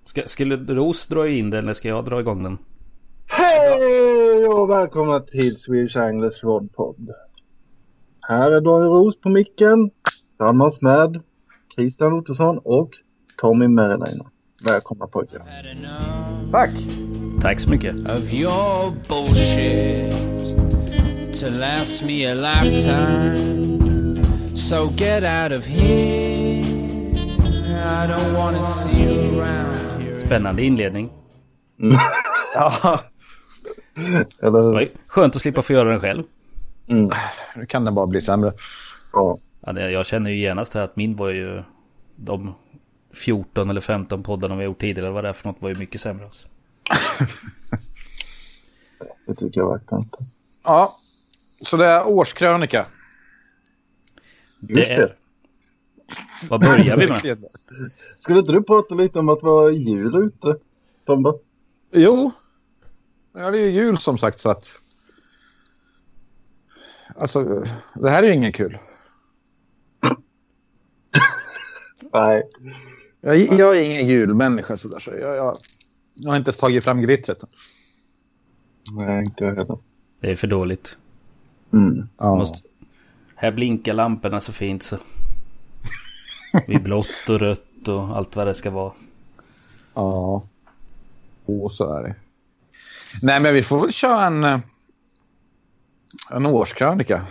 Skulle Ros dra in den eller ska jag dra igång den? Hej och välkomna till Swedish Anglers Rod Pod. Här är Daniel Ros på micken tillsammans med Christian Ottosson och Tommy Merelainer. Välkomna pojkar. Tack. Tack så mycket. Of your bullshit to last me a lifetime. So get out of here. I don't want to see you around here. Spännande inledning. Ja, Eller hur? Skönt att slippa få göra den själv. nu kan det bara bli sämre. Ja. Ja, jag känner ju genast här att min var ju de 14 eller 15 poddarna vi har gjort tidigare. Vad det är för något var ju mycket sämre. Alltså. Det tycker jag verkligen inte. Ja, så det är årskrönika. Just det. Vad börjar vi med? Skulle inte du prata lite om att vara jul ute, Tomba? Jo, ja, det är ju jul som sagt så att alltså, det här är ju ingen kul. Nej. Jag är ingen julmänniska sådär, så jag har inte ens tagit fram glittret. Nej, inte jag heller. Det är för dåligt. Ja. Här blinkar lamporna så fint så. Vi blått och rött och allt vad det ska vara. Ja. Och så är det. Nej, men vi får väl köra en årskrönika.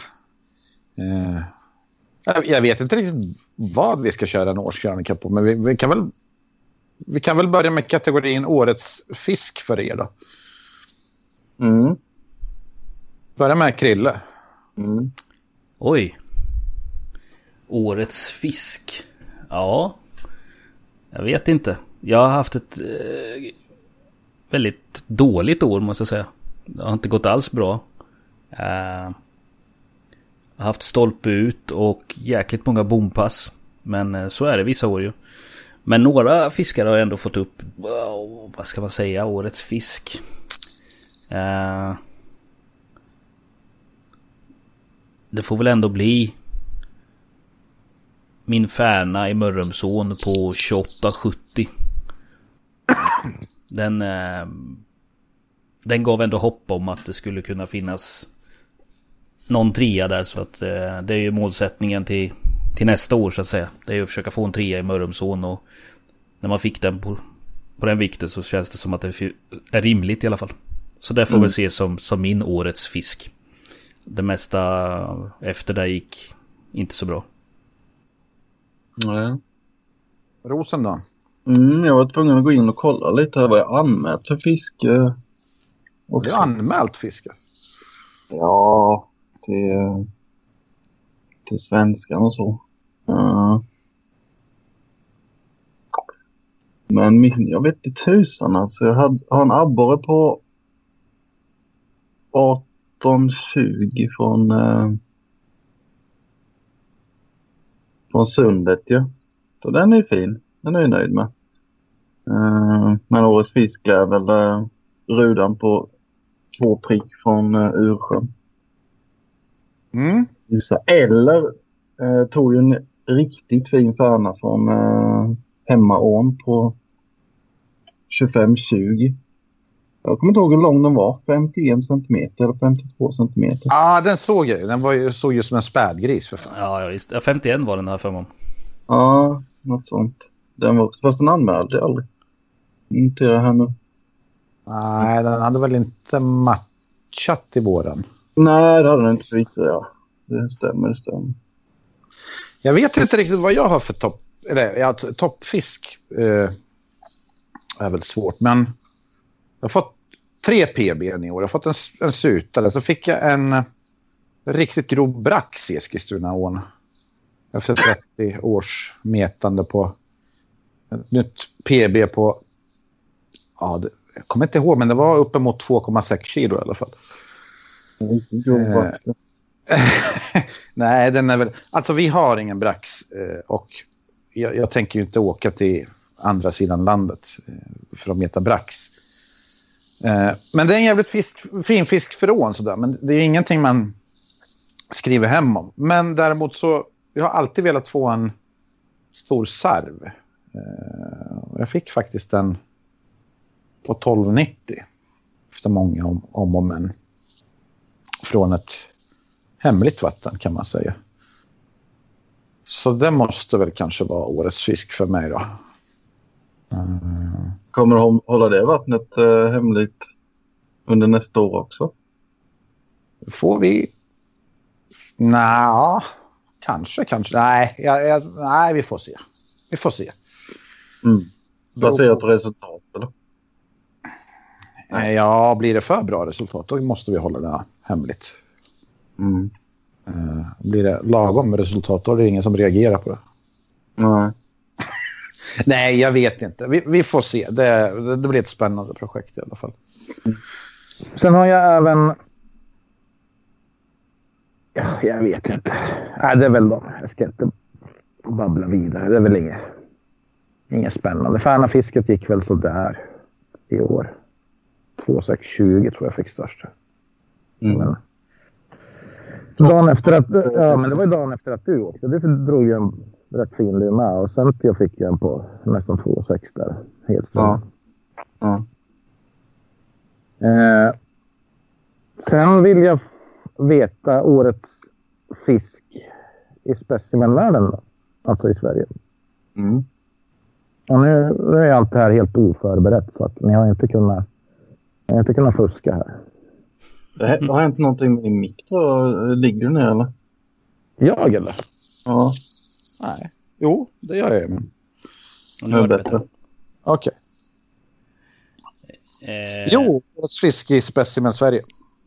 Jag vet inte riktigt vad vi ska köra en årskrönika på, men vi kan väl börja med kategorin årets fisk för er då. Börja med Krille. Oj. Årets fisk. Ja. Jag vet inte. Jag har haft ett väldigt dåligt år måste jag säga. Det har inte gått alls bra. Jag har haft stolpe ut och jäkligt många bompass. Men så är det vissa år ju. Men några fiskar har jag ändå fått upp. Vad ska man säga? Årets fisk. Det får väl ändå bli min färna i Mörrumsån på 28,70. Den gav ändå hopp om att det skulle kunna finnas någon trea där, så att det är ju målsättningen till nästa år så att säga. Det är ju att försöka få en trea i Mörrumsån, och när man fick den på den vikten så känns det som att det är rimligt i alla fall. Så det får väl se som min årets fisk. Det mesta efter det gick inte så bra. Nej. Rosen då? Jag var tvungen att gå in och kolla lite här vad jag anmält för fiske. Du har anmält fiske? Ja, till svenskan och så. Men jag vet inte tusan alltså. Jag har en abborre på 18,20 från sundet, ja. Så den är fin. Den är jag nöjd med. Men årets fisk är väl rudan på 2 prick från Ursjön. Eller tog ju en riktigt fin färna från Hemmaån på 25,20. Jag kommer inte ihåg hur lång den var. 51 centimeter eller 52 centimeter. Ja, den såg jag. Den såg ju som en spädgris för fan. Ja, visst. 51 var den här för mig. Ja, något sånt. Den var också, fast den anmälde jag aldrig. Inte jag här nu. Nej, den hade väl inte matchat i våren. Nej, det hade den inte visat, ja. Det stämmer. Jag vet inte riktigt vad jag har för toppfisk. Är väl svårt, men jag har fått 3 PB i år. Jag har fått en sutare. Så fick jag en riktigt grov brax i Eskilstunaån. Efter 30 års metande på ett nytt PB på, ja, jag kommer inte ihåg, men det var uppemot 2,6 kilo i alla fall. Nej, den är väl, alltså vi har ingen brax och jag tänker ju inte åka till andra sidan landet för att meta brax. Men det är en jävligt fin fiskförrån sådär, men det är ingenting man skriver hem om. Men däremot så, jag har alltid velat få en stor sarv. Jag fick faktiskt en på 12,90 efter många om och men från ett hemligt vatten kan man säga. Så det måste väl kanske vara årets fisk för mig då. Kommer de hålla det vattnet hemligt under nästa år också? Får vi... Kanske. Nej, vi får se. Baserat på resultat, eller? Ja, blir det för bra resultat då måste vi hålla det hemligt. Blir det lagom med resultat då är det ingen som reagerar på det. Nej. Nej, jag vet inte. Vi får se. Det blir ett spännande projekt i alla fall. Sen har jag även... Ja, jag vet inte. Nej, det är väl då. Jag ska inte babbla vidare. Det är väl inget spännande. Färnafisket gick väl så där i år. 2,620 tror jag fick största. Men dagen efter att... Ja, men det var ju dagen efter att du åkte. Du drog ju en rätt fin lina med. Och sen jag fick en på nästan 2,6 där. Helt stort. Ja. Sen vill jag veta årets fisk i specimenvärlden. Alltså i Sverige. Och nu är allt det här helt oförberett. Så att ni har inte kunnat fuska här. Det har hänt någonting med din mick då? Ligger du ner eller? Jag eller? Ja. Nej. Jo, det gör jag. Men... Nu är det bättre. Okej. Jo, årets fisk i Specimen Sverige.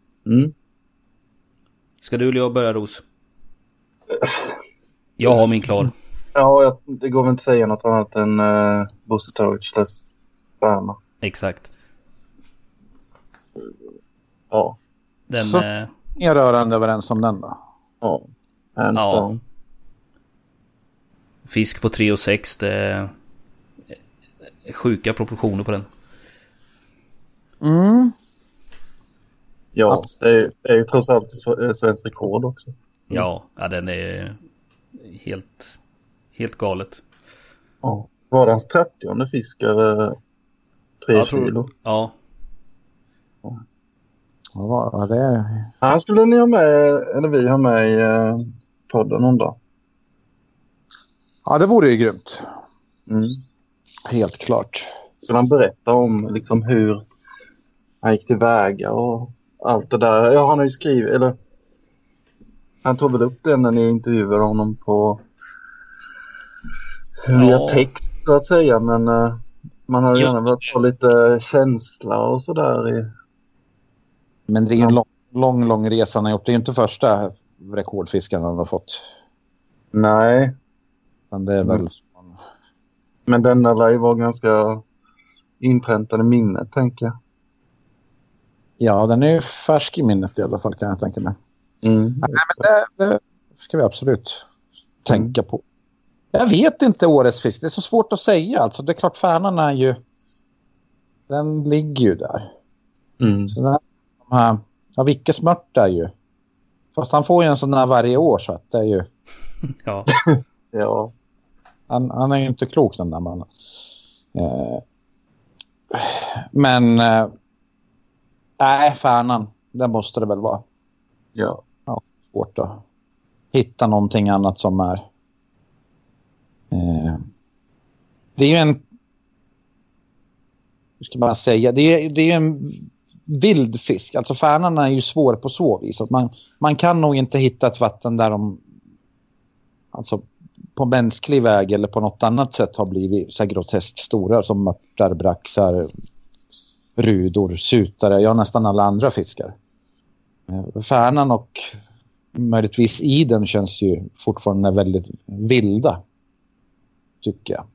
Ska du eller jag börja, Ros? Jag har min klar. Ja, det går väl inte att säga något annat än Bosse Torchless Färna. Exakt. Ja. Den, så är rörande överens om den då? Ja. Ja. Fisk på 3,6, det är sjuka proportioner på den. Ja, det är ju trots allt svensk rekord också. Ja, den är helt galet. Ja. Var det hans 30:e fisk över 3 kilo? Ja. Vad var det? Han skulle ni ha med, eller vi ha med i podden någon dag. Ja, det vore ju grymt. Helt klart. Skulle han berätta om liksom hur han gick tillväga och allt det där. Ja, han har ju skrivit, eller han tog väl upp den när ni intervjuade honom på via text så att säga, men man har gärna velat få lite känsla och sådär. Men det är ju en lång resa han har gjort. Det är ju inte första rekordfisken han har fått. Nej. Men det är väl... Men den lär ju vara ganska inpräntad i minnet, tänker jag. Ja, den är ju färsk i minnet i alla fall, kan jag tänka mig. Nej, men det ska vi absolut tänka på. Jag vet inte årets fisk. Det är så svårt att säga. Alltså, det är klart, Färnan är ju... Den ligger ju där. Så den här... Ja, Vicke Smört är ju... Fast han får ju en sån här varje år, så att det är ju... Ja. Ja. Han är ju inte klok, den där mannen. Men... Nej, Färnan. Den måste det väl vara. Ja. Svårt att hitta någonting annat som är... Det är ju en... Hur ska man säga? Det är ju en vild fisk. Alltså Färnan är ju svår på så vis. Att man kan nog inte hitta ett vatten där de... Alltså på mänsklig väg eller på något annat sätt har blivit så här groteskt stora som mörtar, braxar, rudor, sutare, ja nästan alla andra fiskar. Färnan och möjligtvis iden känns ju fortfarande väldigt vilda, tycker jag.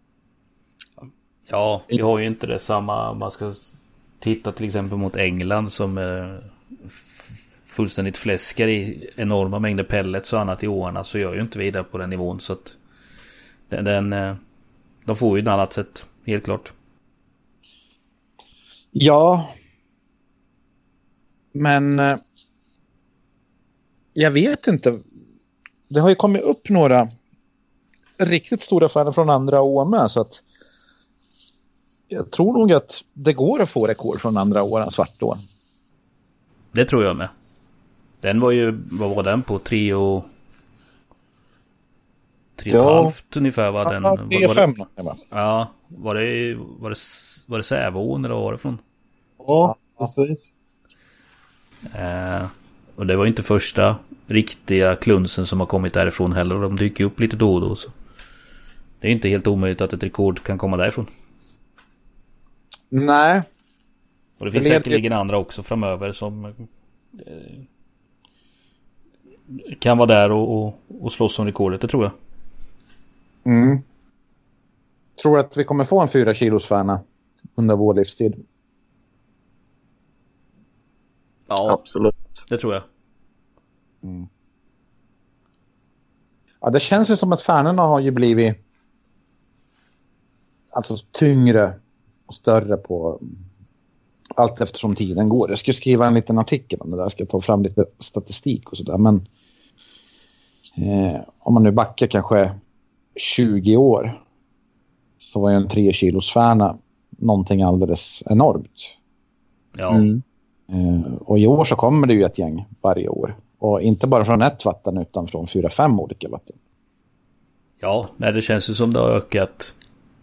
Ja, vi har ju inte det samma. Man ska titta till exempel mot England som fullständigt fläskar i enorma mängder pellets och annat i åarna, så gör ju inte vidare på den nivån, så att de får ju ett annat sätt, helt klart. Ja, men jag vet inte. Det har ju kommit upp några riktigt stora färger från andra år med, så att Jag tror nog att det går att få rekord från andra åren svartån. Det tror jag med. Den var ju, vad var den på? 3,5 ungefär var den. 3,5 va? Ja, var det Sävån eller vad var det från? Ja, precis. Och det var inte första riktiga klunsen som har kommit därifrån heller. Och de dyker upp lite då och då. Så. Det är inte helt omöjligt att ett rekord kan komma därifrån. Nej. Och det finns säkerligen andra också framöver som kan vara där och slåss om rekordet, det tror jag. Tror att vi kommer få en 4 kilos färna under vår livstid? Ja, absolut. Det tror jag. Ja, det känns ju som att färnorna har ju blivit alltså tyngre och större på allt eftersom tiden går. Jag ska skriva en liten artikel om det där. Jag ska ta fram lite statistik och sådär. Men om man nu backar kanske 20 år så var ju en 3 kilos färna någonting alldeles enormt. Ja. Och i år så kommer det ju ett gäng varje år. Och inte bara från ett vatten utan från 4-5 olika vatten. Ja, nej, det känns ju som det har ökat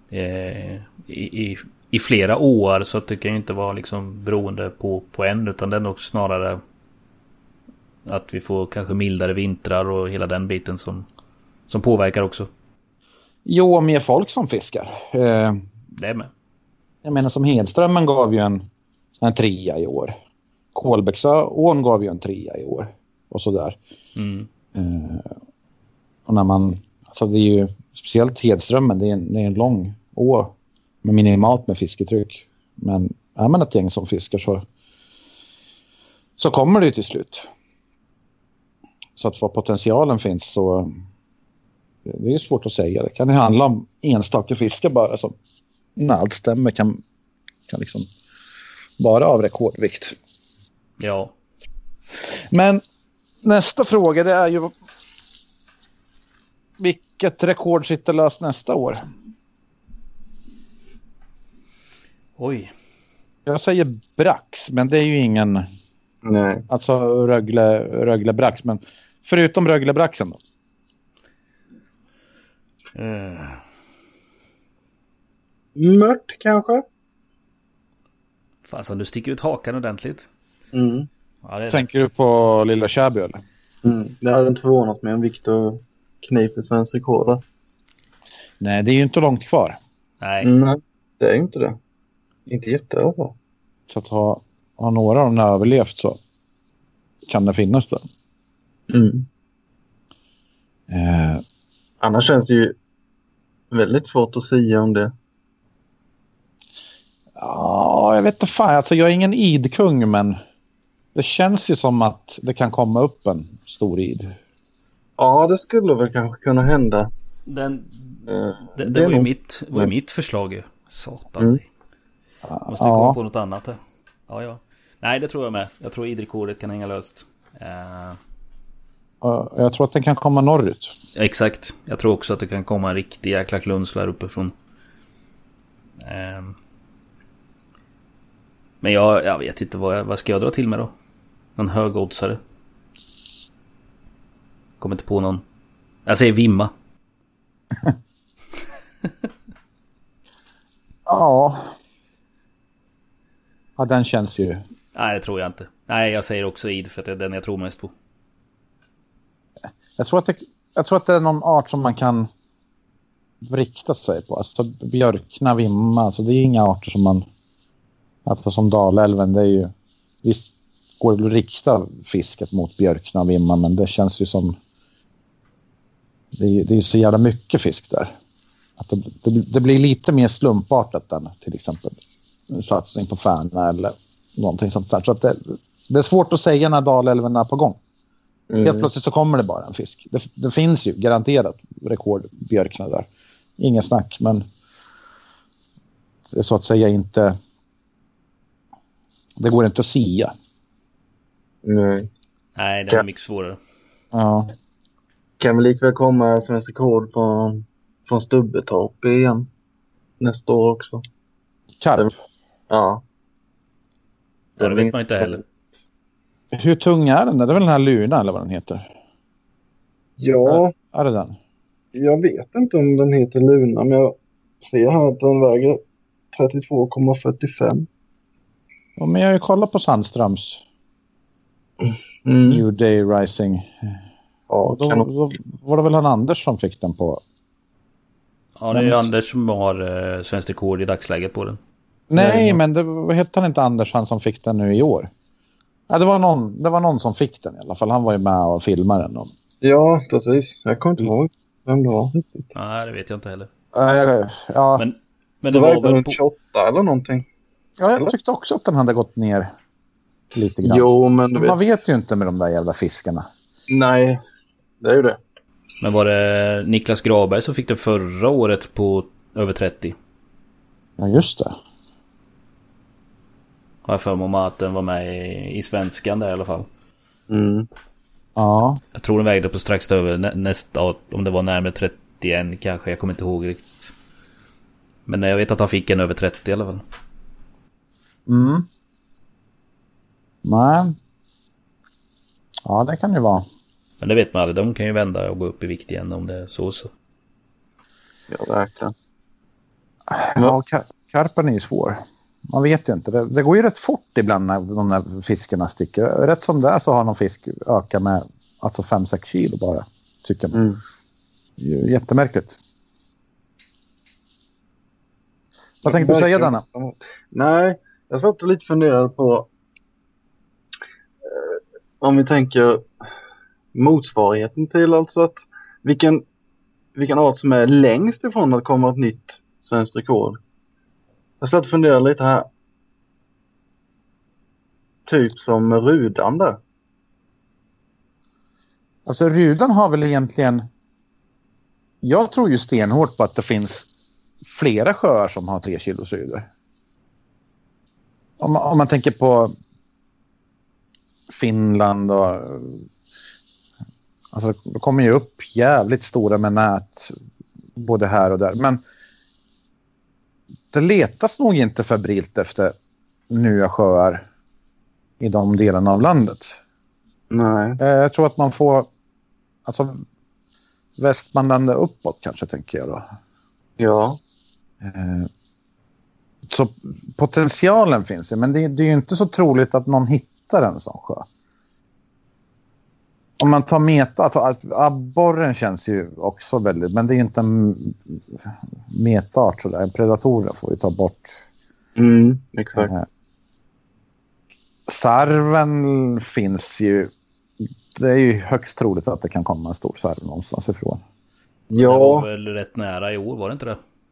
i flera år, så att det kan ju inte vara liksom beroende på en, utan det är nog snarare att vi får kanske mildare vintrar och hela den biten som påverkar också. Jo, och mer folk som fiskar. Det är med. Jag menar som Hedströmmen gav ju en 3 i år. Kolbäcksån gav ju en 3 i år. Och sådär. Och när man, alltså det är ju speciellt Hedströmmen, det är en lång å med minimalt med fisketryck. Men är man ett gäng som fiskar så kommer det ju till slut. Så att vad potentialen finns så det är svårt att säga. Det kan ju handla om enstaka fiskar bara som när allt stämmer kan liksom vara av rekordvikt. Ja. Men nästa fråga det är ju vilket rekord sitter löst nästa år? Oj. Jag säger brax, men det är ju ingen... Nej. Alltså Rögle brax, men förutom Rögle braxen då? Mört kanske? Fan, du sticker ut hakan ordentligt. Ja, det tänker du på Lilla Kärby eller? Det hade inte förvånat mig om Viktor kniper svensk rekord. Nej, det är ju inte långt kvar. Nej, det är inte det. Inte jättebra. Så att ha några av dem överlevt så kan det finnas där. Annars känns det ju väldigt svårt att säga om det. Ja, jag vet inte fan. Alltså, jag är ingen idkung, men det känns ju som att det kan komma upp en stor id. Ja, det skulle väl kanske kunna hända. Det var ju mitt förslag ju. Satan. Måste komma på något annat här. Ja. Nej, det tror jag med. Jag tror idrekordet kan hänga löst. Jag tror att den kan komma norrut. Ja, exakt. Jag tror också att det kan komma en riktig jäkla klunsla här uppifrån. Men jag vet inte vad ska jag dra till med då? Någon högoddsare? Kommer inte på någon. Jag säger Vimma. Ja, den känns ju... Nej, det tror jag inte. Nej, jag säger också id för att det är den jag tror mest på. Jag tror att det är någon art som man kan rikta sig på. Alltså björkna, vimma. Alltså det är inga arter som man... Alltså som Dalälven, det är ju... Visst går det att rikta fisket mot björkna och vimma, men det känns ju som... Det är ju så jävla mycket fisk där. Att det blir lite mer slumpartat än till exempel en satsning på färna eller någonting sånt där. Så att det är svårt att säga när Dalälven är på gång. Helt plötsligt så kommer det bara en fisk. Det finns ju garanterat rekordbjörkna där. Ingen snack, men det är så att säga inte... Det går inte att sia. Nej, det är mycket svårare. Ja. Kan vi likväl komma svensk rekord från Stubbetorp igen nästa år också? Karp. Ja. Det vet man inte heller. Hur tung är den? Det är väl den här Luna eller vad den heter? Ja, Är det den? jag vet inte om den heter Luna, men jag ser här att den väger 32,45. Ja, men jag har ju kollat på Sandströms Mm. New Day Rising. Ja, Då var det väl han Anders som fick den på. Ja, det är ju Anders som har svenskt rekord i dagsläget på den. Nej, men det hette han inte Anders, han som fick den nu i år. Ja, det var någon som fick den i alla fall. Han var ju med och filmade den. Ja, precis. Jag kommer inte ihåg vem det var. Nej, det vet jag inte heller. Ja, Men Det det var var väl väl 28 eller någonting. ja, jag tyckte också att den hade gått ner lite grann. Jo, men du Man vet. vet ju inte med de där jävla fiskarna. Nej, det är ju det. Men var det Niklas Graberg som fick det förra året på över 30? Ja, just det. Har jag för mig om att den var med i svenskan där i alla fall. Mm. Ja. Jag tror den vägde på strax över nästa, om det var närmare 31 kanske, jag kommer inte ihåg riktigt. Men jag vet att han fick en över 30 i alla fall. Mm. Nej. Ja, det kan ju vara. Men det vet man aldrig, de kan ju vända och gå upp i vikt igen om det är så. Ja, verkligen. Ja, karpen är ju svår. Man vet ju inte. Det går ju rätt fort ibland när de där fiskarna sticker. Rätt som det är så har någon fisk ökat med alltså 5-6 kilo bara. Tycker man. Jättemärkligt. Vad tänkte du säga, Danna? Nej, jag satt och lite funderade på om vi tänker motsvarigheten till alltså att vilken art som är längst ifrån att komma ett nytt svenskt rekord. Jag satt och funderade lite här. Typ som rudan där. Alltså rudan har väl egentligen... Jag tror ju stenhårt på att det finns flera sjöar som har 3 kilos rudor. Om man tänker på Finland och... Alltså det kommer ju upp jävligt stora med nät både här och där. Men det letas nog inte febrilt efter nya sjöar i de delarna av landet. Nej. Jag tror att man får alltså Västmanland uppåt kanske, tänker jag då. Ja. Så potentialen finns ju, men det är ju inte så troligt att någon hittar en sån sjö. Om man tar meta, alltså abborren känns ju också väldigt, men det är ju inte en metaart så där. Predatorer får ju ta bort. Exakt. Sarven finns ju. Det är ju högst troligt att det kan komma en stor sarv någonstans ifrån. Ja. Det var Ja. väl rätt nära i år, var det inte det?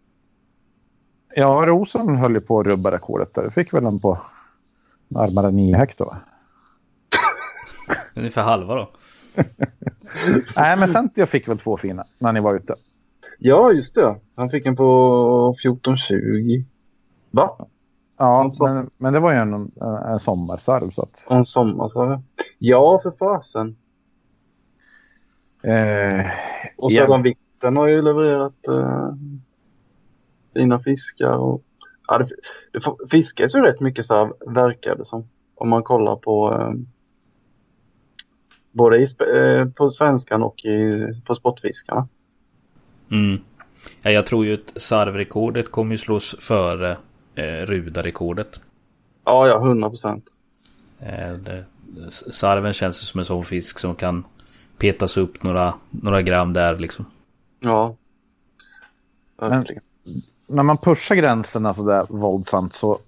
Ja, Rosen höll ju på att rubba rekordet där. Fick väl den på närmare 9 hektar. Ungefär halva då. Nej, men Centio fick väl 2 fina när ni var ute. Ja, just det. Han fick en på 14,20. Va? Ja, men det var ju en sommarsarv så att... En sommar, sa det. Ja, för fasen. Och så den vikten har ju levererat fina fiskar. Och, ja, det fiskas ju rätt mycket så här, verkar det som. Om man kollar på både på svenskan och på sportfiskarna. Ja, jag tror ju att sarvrekordet kommer ju slås före rudarekordet. Ja, 100%. Sarven känns som en sån fisk som kan petas upp några gram där liksom. Ja. Verkligen. När man pushar gränserna så där våldsamt så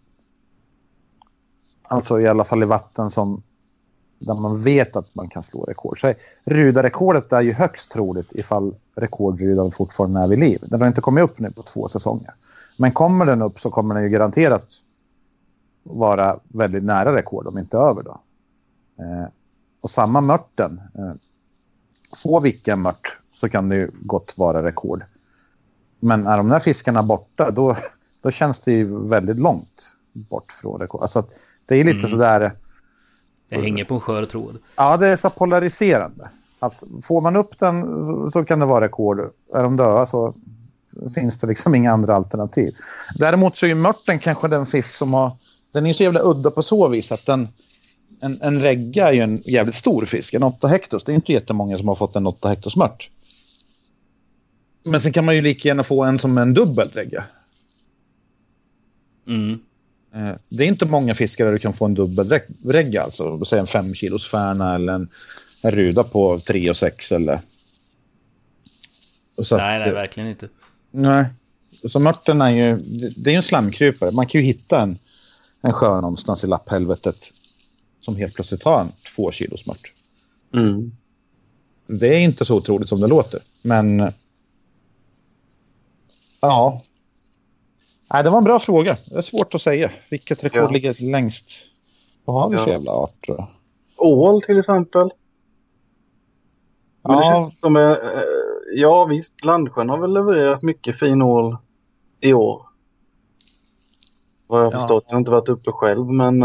alltså i alla fall i vatten som där man vet att man kan slå rekord. Så rudarekordet är ju högst troligt ifall rekordrudan fortfarande är vid liv. Den har inte kommit upp nu på 2 säsonger. Men kommer den upp så kommer den ju garanterat vara väldigt nära rekord, om inte över då. Och samma mörten. Få vilken mört så kan det ju gott vara rekord. Men är de där fiskarna borta då känns det ju väldigt långt bort från rekord. Alltså att det är lite sådär... Det hänger på en skör tråd. Ja, det är så polariserande. Alltså, får man upp den så kan det vara rekord. Är de döda så finns det liksom inga andra alternativ. Däremot så är ju mörten kanske den fisk som har... Den är så jävla udda på så vis att en regga är ju en jävligt stor fisk. En 8 hektos. Det är inte jättemånga som har fått en 8 hektos mört. Men sen kan man ju lika gärna få en som en dubbel regga. Mm. Det är inte många fiskar där du kan få en dubbel regga. Alltså säg en 5 kilos färna eller en ruda på 3 och 6 eller... Så nej, verkligen inte. Nej. Så mörten är ju... Det är ju en slamkrypare. Man kan ju hitta en sjö någonstans i lapphelvetet som helt plötsligt har en 2 kilos mört. Mm. Det är inte så otroligt som det låter. Men... Ja. Nej, det var en bra fråga. Det är svårt att säga. Vilket rekord ligger längst? Vad har vi för jävla art? Ål till exempel. Men det känns som... ja visst, Landsjön har väl levererat mycket fin ål i år. Vad jag förstått. Jag har inte varit uppe själv, men...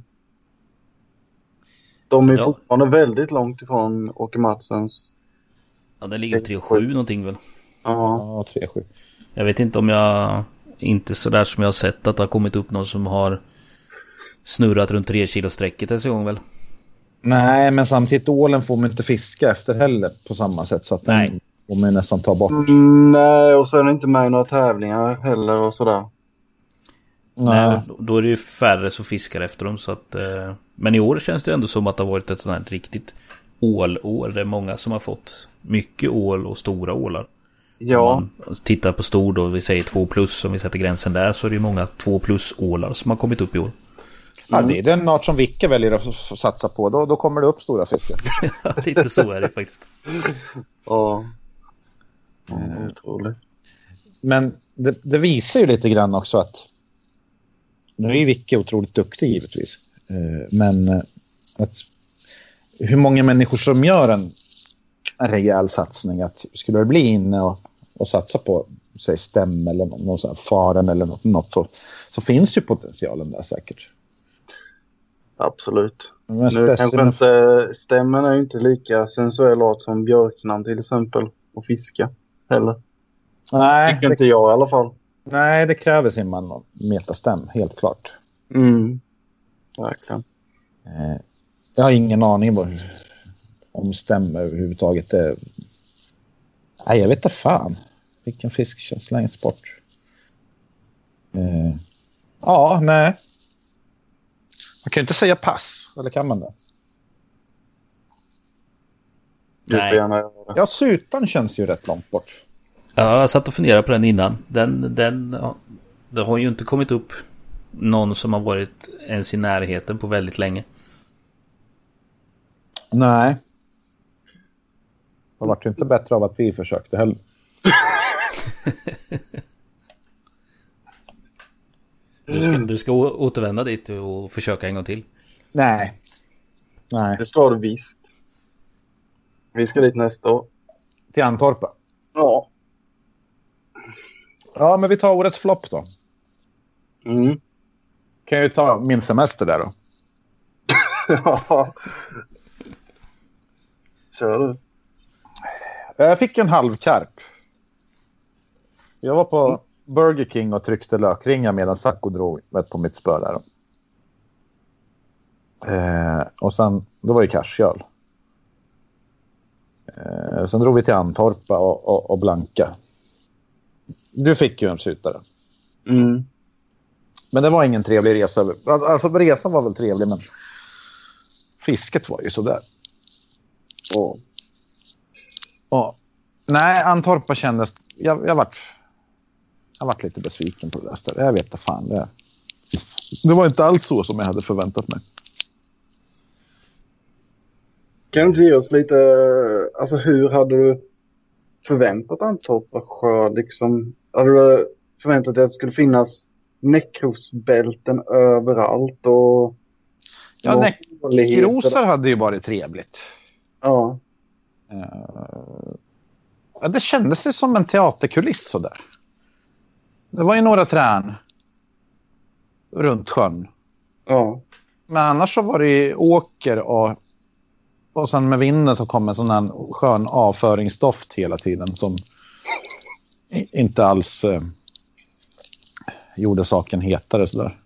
de är fortfarande väldigt långt ifrån Åke Matsens. Ja, det ligger 3,7 någonting väl. Ja, 3,7. Jag vet inte om jag... Inte så där som jag har sett att det har kommit upp någon som har snurrat runt 3 kilo sträcket en gång väl. Nej, men samtidigt ålen får man inte fiska efter heller på samma sätt. Så att den får man nästan ta bort. Nej, och så är det inte med i några tävlingar heller och sådär. Nej, då är det ju färre som fiskar efter dem. Så att, men i år känns det ändå som att det har varit ett sånt här riktigt ålår. Det är många som har fått mycket ål och stora ålar. Ja. Om man tittar på stor då, vi säger 2+, om vi sätter gränsen där, så är det ju många 2+ ålar som har kommit upp i år. Ja, det är den art som Vicke väljer att satsa på. Då kommer det upp stora fiskar. Ja, lite så är det faktiskt. Ja. Otroligt. Men det visar ju lite grann också att nu är ju Vicke otroligt duktig givetvis. Men att hur många människor som gör en rejäl satsning, att skulle det bli inne och satsa på säg stäm eller någon sån här faren eller något så finns ju potentialen där säkert. Absolut. Nu kanske inte stämmen är inte lika sensuell art som björknan till exempel och fiska heller. Nej, tycker inte jag i alla fall. Nej, det kräver sin man att meta stäm, helt klart. Verkligen. Jag har ingen aning om stäm överhuvudtaget. Nej, jag vet inte fan. Vilken fisk känns längst bort? Ja, nej. Man kan ju inte säga pass, eller kan man det? Nej. Ja, sutan känns ju rätt långt bort. Ja, jag satt och funderade på den innan. Det har ju inte kommit upp någon som har varit ens i närheten på väldigt länge. Nej. Det var ju inte bättre av att vi försökte heller. Du ska återvända dit och försöka en gång till. Nej. Det ska du visst. Vi ska dit nästa år. Till Antorpa? Ja. Ja, men vi tar årets flopp då. Kan jag ju ta min semester där då? Ja. Kör du. Jag fick en halv karp. Jag var på Burger King och tryckte lökringar medan Sacco drog på mitt spö där. Och sen, då var det cashköl. Sen drog vi till Antorpa och Blanka. Du fick ju en sutare. Men det var ingen trevlig resa. Alltså resan var väl trevlig, men fisket var ju sådär. Nej, Antorpa kändes... Jag vart lite besviken på det där. Jag vet inte fan. Det var inte alls så som jag hade förväntat mig. Kan du ge oss lite... Alltså hur hade du förväntat Antorpa sjö? Liksom, hade du förväntat dig att det skulle finnas näckrosbälten överallt? Och ja, näckrosar hade ju varit trevligt. Ja. Det kändes ju som en teaterkuliss så där. Det var ju några trän runt sjön. Ja. Men annars så var det ju åker och sen med vinden så kom en sån här skön avföringsdoft hela tiden som inte alls gjorde saken hetare sådär.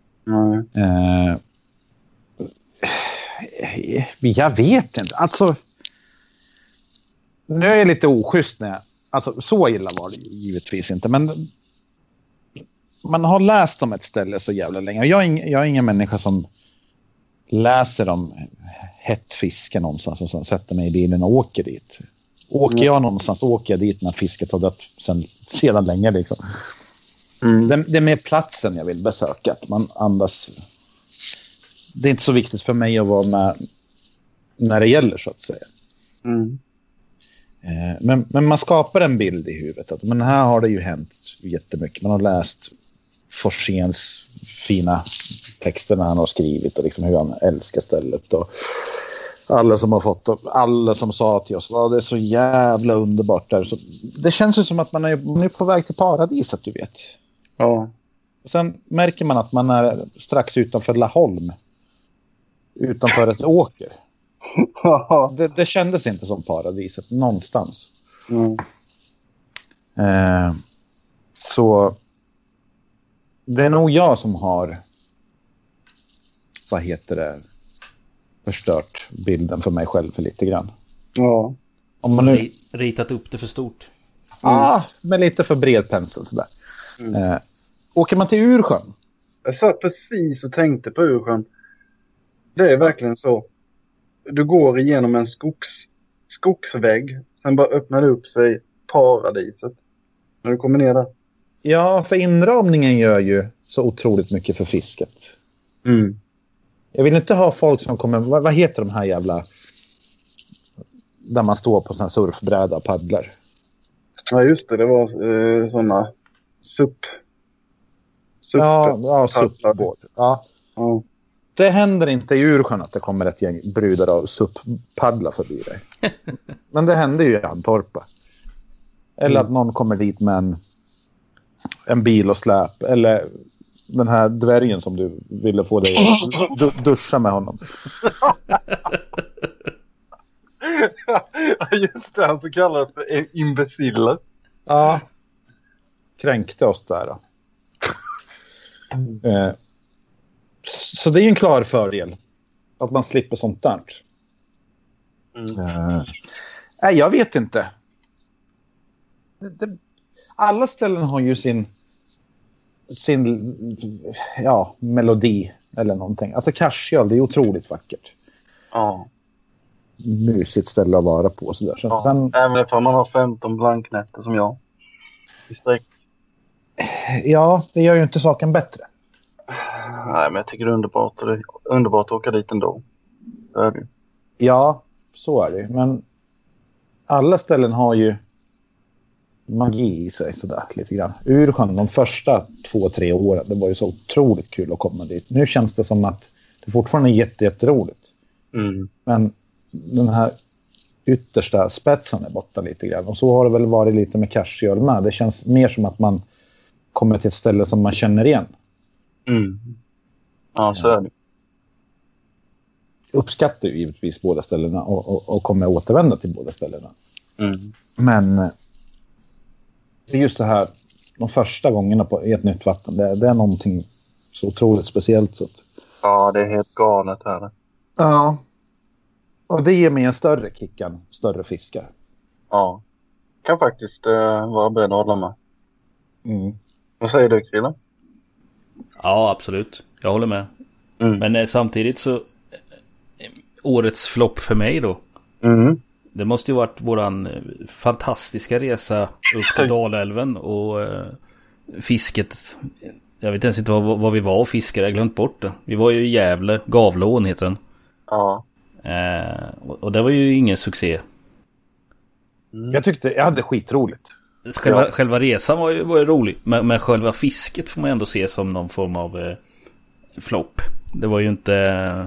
Jag vet inte. Alltså, nu är jag lite oschysst när alltså, så illa var det givetvis inte. Men man har läst om ett ställe så jävla länge. Jag är ingen människa som läser om hett fiske någonstans och sen sätter mig i bilen och åker dit. Åker jag någonstans, åker jag dit när fisket har dött sedan länge liksom. Det är med platsen jag vill besöka. Att man andas. Det är inte så viktigt för mig att vara med när det gäller så att säga. Men man skapar en bild i huvudet. Att, men här har det ju hänt jättemycket. Man har läst Forséns fina texter när han har skrivit och liksom hur han älskar stället. Och alla som har fått och alla som sa till oss det är så jävla underbart där. Så det känns ju som att man är på väg till paradiset, du vet. Ja. Och sen märker man att man är strax utanför Laholm. Utanför ett åker. Det kändes inte som paradiset någonstans. Så det är nog jag som har förstört bilden för mig själv för lite grann. Ja. Om man nu ritat upp det för stort. Ja, med lite för bred pensel sådär. Åker man till Ursjön? Jag satt precis och tänkte på Ursjön. Det är verkligen så. Du går igenom en skogsvägg. Sen bara öppnar det upp sig paradiset. När du kommer ner där. Ja, för inramningen gör ju så otroligt mycket för fisket. Jag vill inte ha folk som kommer... Vad heter de här jävla... Där man står på sån här surfbräda och paddlar. Ja, just det. Det var såna suppbåt. Ja. Det händer inte i Ursjön att det kommer ett gäng brudar av supppaddla förbi dig. Men det händer ju i Antorpa. Eller att någon kommer dit med en bil och släp. Eller den här dvärgen som du ville få dig att duscha med honom. Just det, han så kallades för imbeciller. Ja. Kränkte oss där då. Så det är ju en klar fördel. Att man slipper sånt där. Nej, jag vet inte. Alla ställen har ju sin melodi eller någonting. Alltså Karsjöl, det är otroligt vackert. Ja. Mysigt ställe att vara på. Så där. Så ja, även ifall man har 15 blanknätter som jag. I sträck. Ja, det gör ju inte saken bättre. Nej, men jag tycker det är underbart. Det är underbart att åka dit ändå. Det är det. Ja, så är det. Men alla ställen har ju magi i sig sådär lite grann. Ursjön de första 2-3 åren, det var ju så otroligt kul att komma dit. Nu känns det som att det fortfarande är jätteroligt. Men den här yttersta spetsen är borta lite grann. Och så har det väl varit lite med Karsjöl med. Det känns mer som att man kommer till ett ställe som man känner igen. Ja, så är det. Uppskattar ju givetvis båda ställena och kommer återvända till båda ställena. Men det är just det här de första gångerna i ett nytt vatten. Det är någonting så otroligt speciellt. Så att... Ja, det är helt galet här. Ja. Och det ger mig en större kick än större fiskar. Ja. Kan faktiskt vara beredd att hålla med. Vad säger du, Krille? Ja, absolut. Jag håller med. Men samtidigt så årets flopp för mig då. Det måste ju varit våran fantastiska resa upp till Dalälven och fisket. Jag vet ens inte vad vi var och fiskade. Jag har glömt bort det. Vi var ju i Gävle, Gavlån heter den. Ja. Och det var ju ingen succé. Jag hade skitroligt. Själva resan var ju rolig. Men själva fisket får man ändå se som någon form av flopp. Det var ju inte...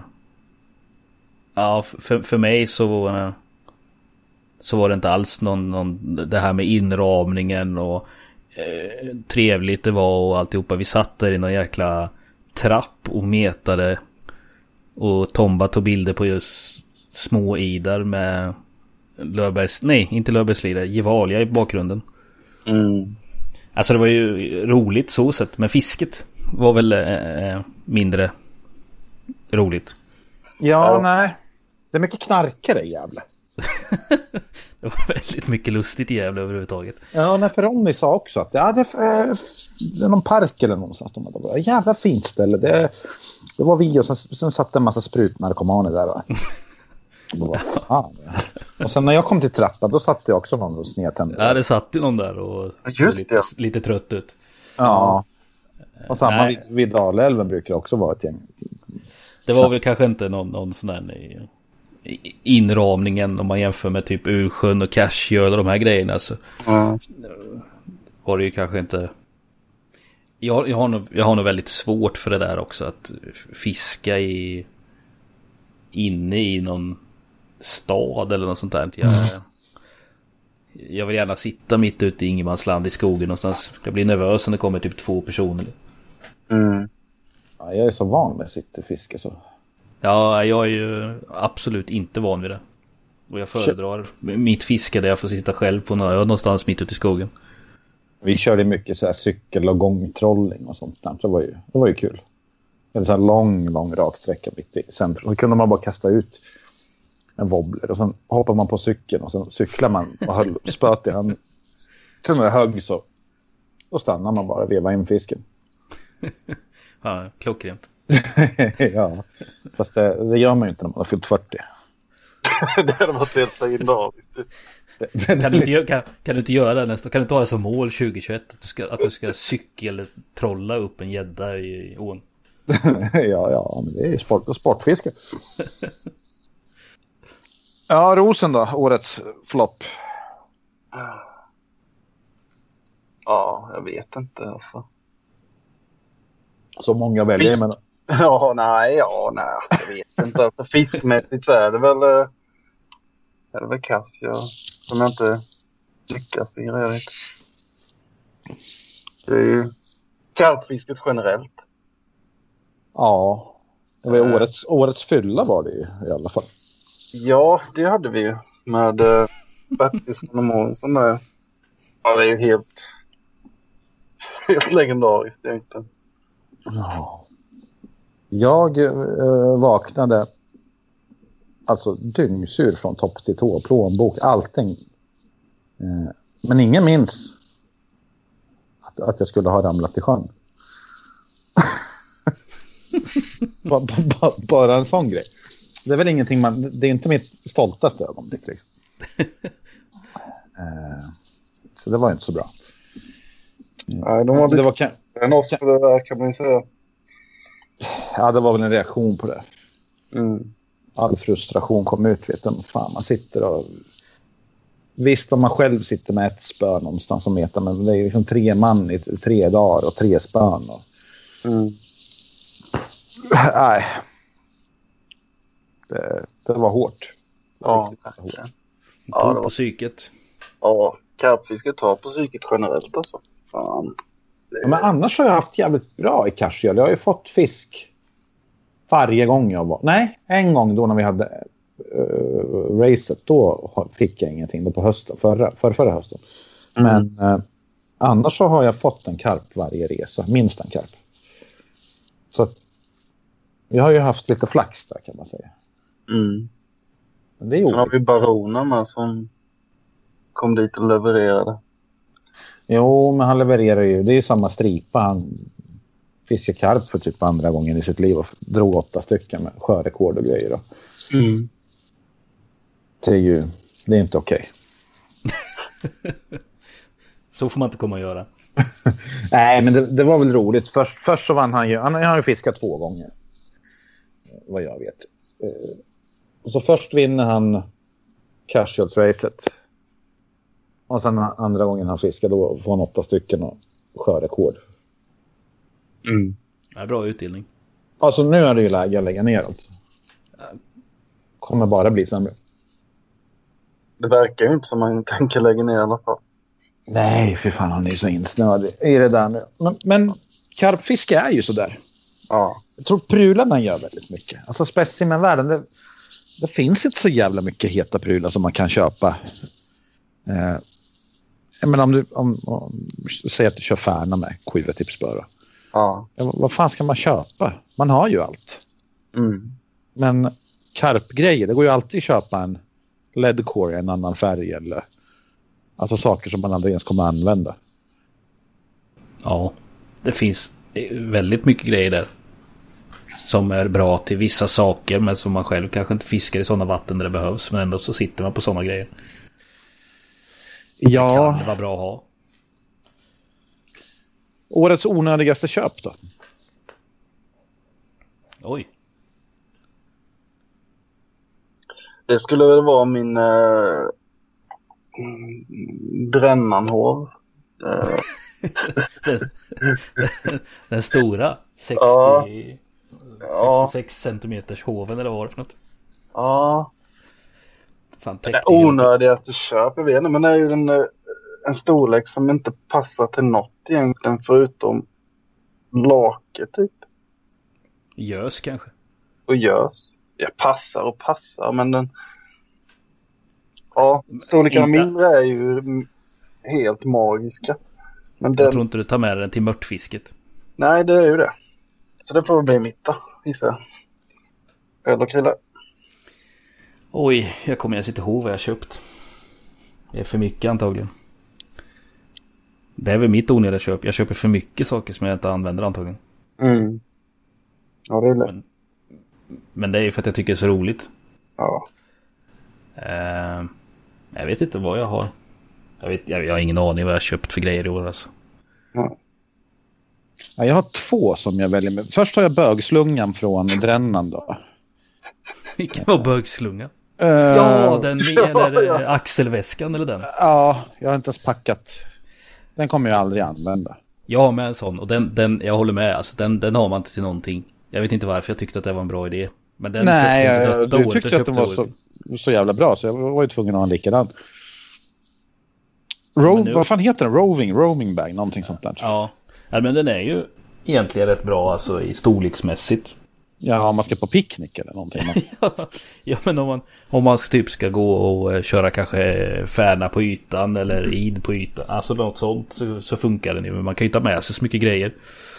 Ja, för mig så var det inte alls någon det här med inramningen och trevligt det var och alltihopa. Vi satt där i någon jäkla trapp och metade och Tomba tog bilder på just små idar med inte Löfbergslida, Gevalia i bakgrunden. Alltså det var ju roligt så sett, men fisket var väl mindre roligt. Ja, nej. Det är mycket knarkare i Gävle. Det var väldigt mycket lustigt i Gävle överhuvudtaget. Ja, när Ronny sa också att det är någon park eller någonstans. Jävla fint ställe. Det var vi och sen satt en massa sprutnarkomaner där. Vad fan. Och sen när jag kom till trappan då satt jag också någon och snedtände. Ja, det satt ju någon där och såg lite trött ut. Ja. Och samma vid Dalälven brukar också vara ett gäng. Det var väl kanske inte någon sån där i inramningen om man jämför med typ Ursjön och Cashgirl och de här grejerna så var det ju kanske inte. Jag har nog väldigt svårt för det där också, att fiska inne i någon stad eller något sånt där. Jag vill gärna sitta mitt ute i ingenmansland i skogen någonstans. Jag blir nervös om det kommer typ 2 personer. Ja, jag är så van med cityfiske så. Ja, jag är ju absolut inte van vid det. Och jag föredrar mitt fiske där jag får sitta själv på någonstans mitt ute i skogen. Vi körde mycket så här cykel- och gångtrolling och sånt. Det var ju kul. En sån här lång raksträcka mitt i centrum. Så kunde man bara kasta ut en wobbler och sen hoppar man på cykeln och sen cyklar man och höll spöt i hand. Sen när det högg så då stannar man bara och vevar in fisken. Ja, klockrent. Ja, fast det gör man ju inte när man har fyllt 40. Det hade varit helt legendariskt. Kan du inte göra det nästa? Kan du inte ha det som mål 2021 att du ska cykeltrolla upp en gädda i ån? ja, men det är ju sportfiske. Ja, Rosen då, årets flopp. Ja, jag vet inte alltså. Så många väljer men... Nej, jag vet inte. Alltså, fiskmässigt så är det väl kass. Som jag inte lyckas i det. Det är ju karpfisket generellt. Ja, det var årets fylla var det ju i alla fall. Ja, det hade vi ju med Bertilsson och Månsson där. Ja, det är ju helt legendariskt egentligen. Ja. Jag vaknade alltså dyngsur från topp till tå, plånbok, allting. Men ingen minns att jag skulle ha ramlat i sjön. Bara en sån grej. Det är väl ingenting det är inte mitt stoltaste ögonblick liksom. Så det var inte så bra. Nej, de var det var en oss för det där kan man ju säga. Ja, det var väl en reaktion på det. Mm. All frustration kom ut, vet du. Fan, man sitter och... Visst, om man själv sitter med ett spö någonstans som metar, men det är liksom 3 man i 3 dagar och 3 spön. Och... Nej. Det var hårt. Ja, det var psyket. Ja, karpfisket tar på psyket generellt alltså. Fan. Ja, men annars har jag haft jävligt bra i Cashgirl. Jag har ju fått fisk varje gång jag var... Nej, en gång då när vi hade racet, då fick jag ingenting. Då på hösten, förra hösten. Men annars så har jag fått en karp varje resa. Minst en karp. Så jag har ju haft lite flax där kan man säga. Men det är sen har vi baronerna som kom dit och levererade. Jo, men han levererar ju. Det är ju samma stripa. Han fiskar karp för typ andra gången i sitt liv och drog 8 stycken med sjörekord och grejer. Det är inte okej. Så får man inte komma och göra. Nej, men det var väl roligt. Först så vann han ju. Han har ju fiskat 2 gånger. Vad jag vet. Så först vinner han Cashgirl-racet. Och sen andra gången han fiskade då får han 8 stycken och sjörekord. Ja, bra utdelning. Alltså nu är det ju läge att lägga ner allt. Kommer bara bli sämre. Det verkar ju inte som man tänker lägga ner i alla fall. Nej, för fan, han är så insnöad i det där nu. Men karpfiske är ju så där. Ja. Jag tror prularna gör väldigt mycket. Alltså specimenvärlden, det finns inte så jävla mycket heta prylar som man kan köpa. Men om säg att du kör Färna med skivetipsböra. Ja. Vad fan ska man köpa? Man har ju allt. Mm. Men karpgrejer, det går ju alltid att köpa en LED-core i en annan färg eller alltså saker som man aldrig ens kommer att använda. Ja, det finns väldigt mycket grejer där som är bra till vissa saker men som man själv kanske inte fiskar i sådana vatten där det behövs, men ändå så sitter man på sådana grejer. Ja. Det kan det vara bra att ha. Årets onödigaste köp då? Oj. Det skulle väl vara min brännanhov. Den stora 60, Ja. 66 centimeters hoven eller vad var det för något? Ja. Fan, Det onödigaste köp, jag vet inte, men det är ju en storlek som inte passar till något egentligen förutom lake typ. Gös kanske. Och görs. Det passar och passar, men den... Ja, storleken Inte... mindre är ju helt magiska. Men den... Jag tror inte du tar med den till mörtfisket. Nej, det är ju det. Så det får bli mitt då, gissar jag. Eller Krille. Oj, jag kommer ens inte ihåg vad jag köpt. Det är för mycket antagligen. Det är väl mitt onödiga köp. Jag köper för mycket saker som jag inte använder antagligen. Mm. Ja, det är lätt. Men det är ju för att jag tycker det är så roligt. Ja. Jag vet inte vad jag har. Jag har ingen aning vad jag har köpt för grejer i år alltså. Ja. Ja, jag har 2 som jag väljer med. Först har jag bögslungan från Drännan då. Vilken var bögslunga? Ja, den eller axelväskan eller den. Ja, jag har inte ens packat. Den kommer jag aldrig använda. Jag har med en sån och den jag håller med. Alltså, den har man inte till någonting. Jag vet inte varför jag tyckte att det var en bra idé. Men den nej, du tyckte att den var så jävla bra så jag var ju tvungen att ha en likadan. Vad fan heter den? Roaming bag, någonting sånt där. Ja, men den är ju egentligen rätt bra alltså i storleksmässigt. Ja, om man ska på picknick eller någonting. Ja, men om man typ ska gå och köra kanske Färna på ytan eller id på ytan. Alltså något sånt så funkar den ju. Men man kan ju ta med sig så mycket grejer.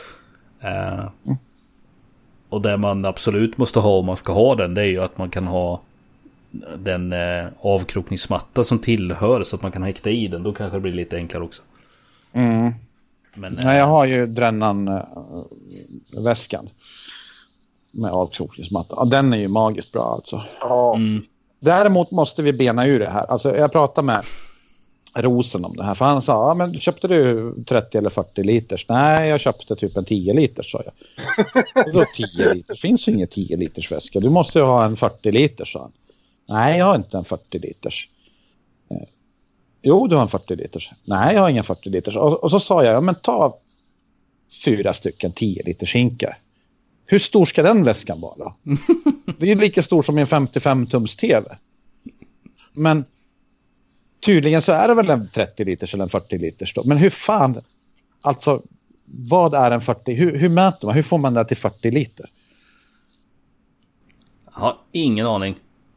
Och det man absolut måste ha om man ska ha den, det är ju att man kan ha den avkrokningsmatta som tillhör så att man kan häkta i den. Då kanske det blir lite enklare också. Mm. Men, nej, jag har ju Drännan väskan med avkrokningsmatta. Ja, den är ju magiskt bra alltså. Ja. Däremot måste vi bena ur det här. Alltså jag pratade med Rosen om det här. För han sa, ja, men köpte du 30 eller 40 liters? Nej, jag köpte typ en 10 liters, sa jag. Och då 10 liters. Finns ju ingen 10 liters väska. Du måste ju ha en 40 liters, sa han. Nej, jag har inte en 40 liters. Jo, du har en 40 liters. Nej, jag har ingen 40 liters. Och så sa jag, ja, men ta 4 stycken 10 liters hinkar. Hur stor ska den väskan vara då? Det är ju lika stor som en 55-tums tv. Men tydligen så är det väl en 30 liters eller en 40 liters då. Men hur fan, alltså vad är en 40? Hur mäter man? Hur får man det till 40 liter? Jag har ingen aning.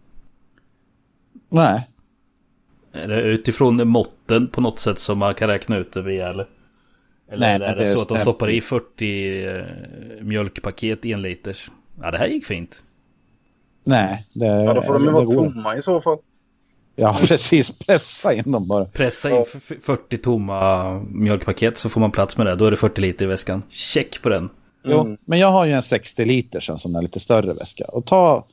Nej. Är det utifrån måtten på något sätt som man kan räkna ut det via eller? Eller nej, är det så att de stoppar i 40 mjölkpaket i 1 liters? Ja, det här gick fint. Nej. Ja, då får de ju vara tomma i så fall. Ja, precis. Pressa in dem bara. Pressa in 40 tomma mjölkpaket så får man plats med det. Då är det 40 liter i väskan. Check på den. Jo, men jag har ju en 60 liters, en sån där lite större väska. Och ta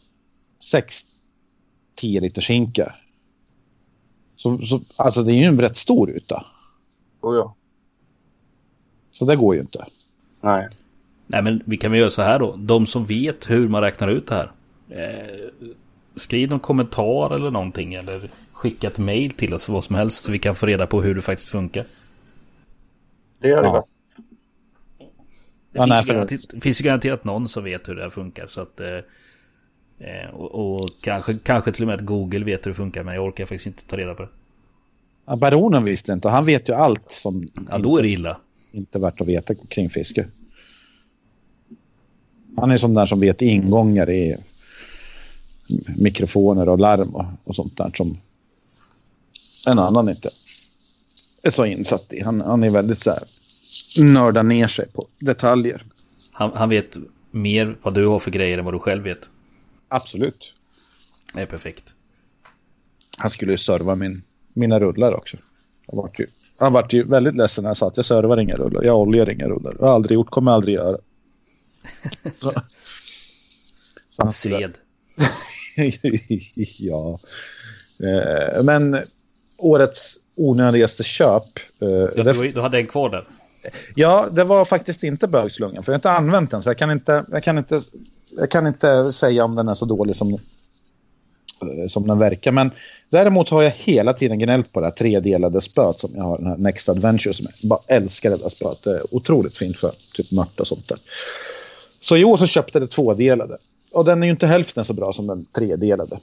10 liters hinkar. Så, alltså det är ju en rätt stor yta. Oh, ja. Så det går ju inte. Nej, men vi kan väl göra så här då. De som vet hur man räknar ut det här. Skriv någon kommentar eller någonting. Eller skicka ett mejl till oss för vad som helst. Så vi kan få reda på hur det faktiskt funkar. det är det bäst. Det finns ju garanterat någon som vet hur det här funkar. Så att, och kanske till och med att Google vet hur det funkar. Men jag orkar faktiskt inte ta reda på det. Ja, baronen visste inte. Han vet ju allt som då är det illa. Inte värt att veta kring fiske. Han är sån där som vet ingångar i mikrofoner och larm och sånt där som en annan inte. är så insatt i. Han är väldigt så här nördar ner sig på detaljer. Han vet mer vad du har för grejer än vad du själv vet. Absolut. Det är perfekt. Han skulle ju serva mina rullar också. Han var ju väldigt ledsen när jag sa att jag servar inga rullar. Jag oljar inga rullar. Jag har aldrig gjort, kommer aldrig göra. Så han Sved. Ja. Men årets onödigaste köp. Du hade en kvar där. Ja, det var faktiskt inte bögslungan. För jag har inte använt den. Så jag kan inte säga om den är så dålig som den verkar. Men däremot har jag hela tiden gnällt på det här 3-delade spöt som jag har, den här Next Adventure, som jag bara älskar det där spöt. Det är otroligt fint för typ mört och sånt där. Så i år så köpte jag det 2-delade. Och den är ju inte hälften så bra som den 3-delade.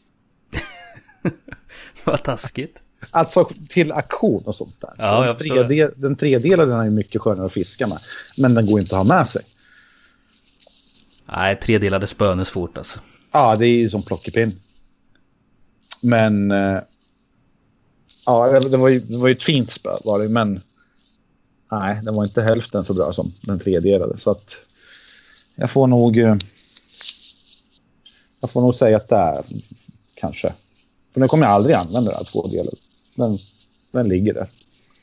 Vad taskigt. Alltså till aktion och sånt där. Ja, jag förstår det. Den 3-delade är ju mycket skönare att fiska med. Men den går inte att ha med sig. Nej, 3-delade spön är svårt alltså. Ja, det är ju som plockepinn. Men ja, det var ju ett fint spö var det, men nej, den var inte hälften så bra som den 3-delade. Så att jag får nog säga att det är kanske. För nu kommer jag aldrig använda den här 2-delade. Den ligger där.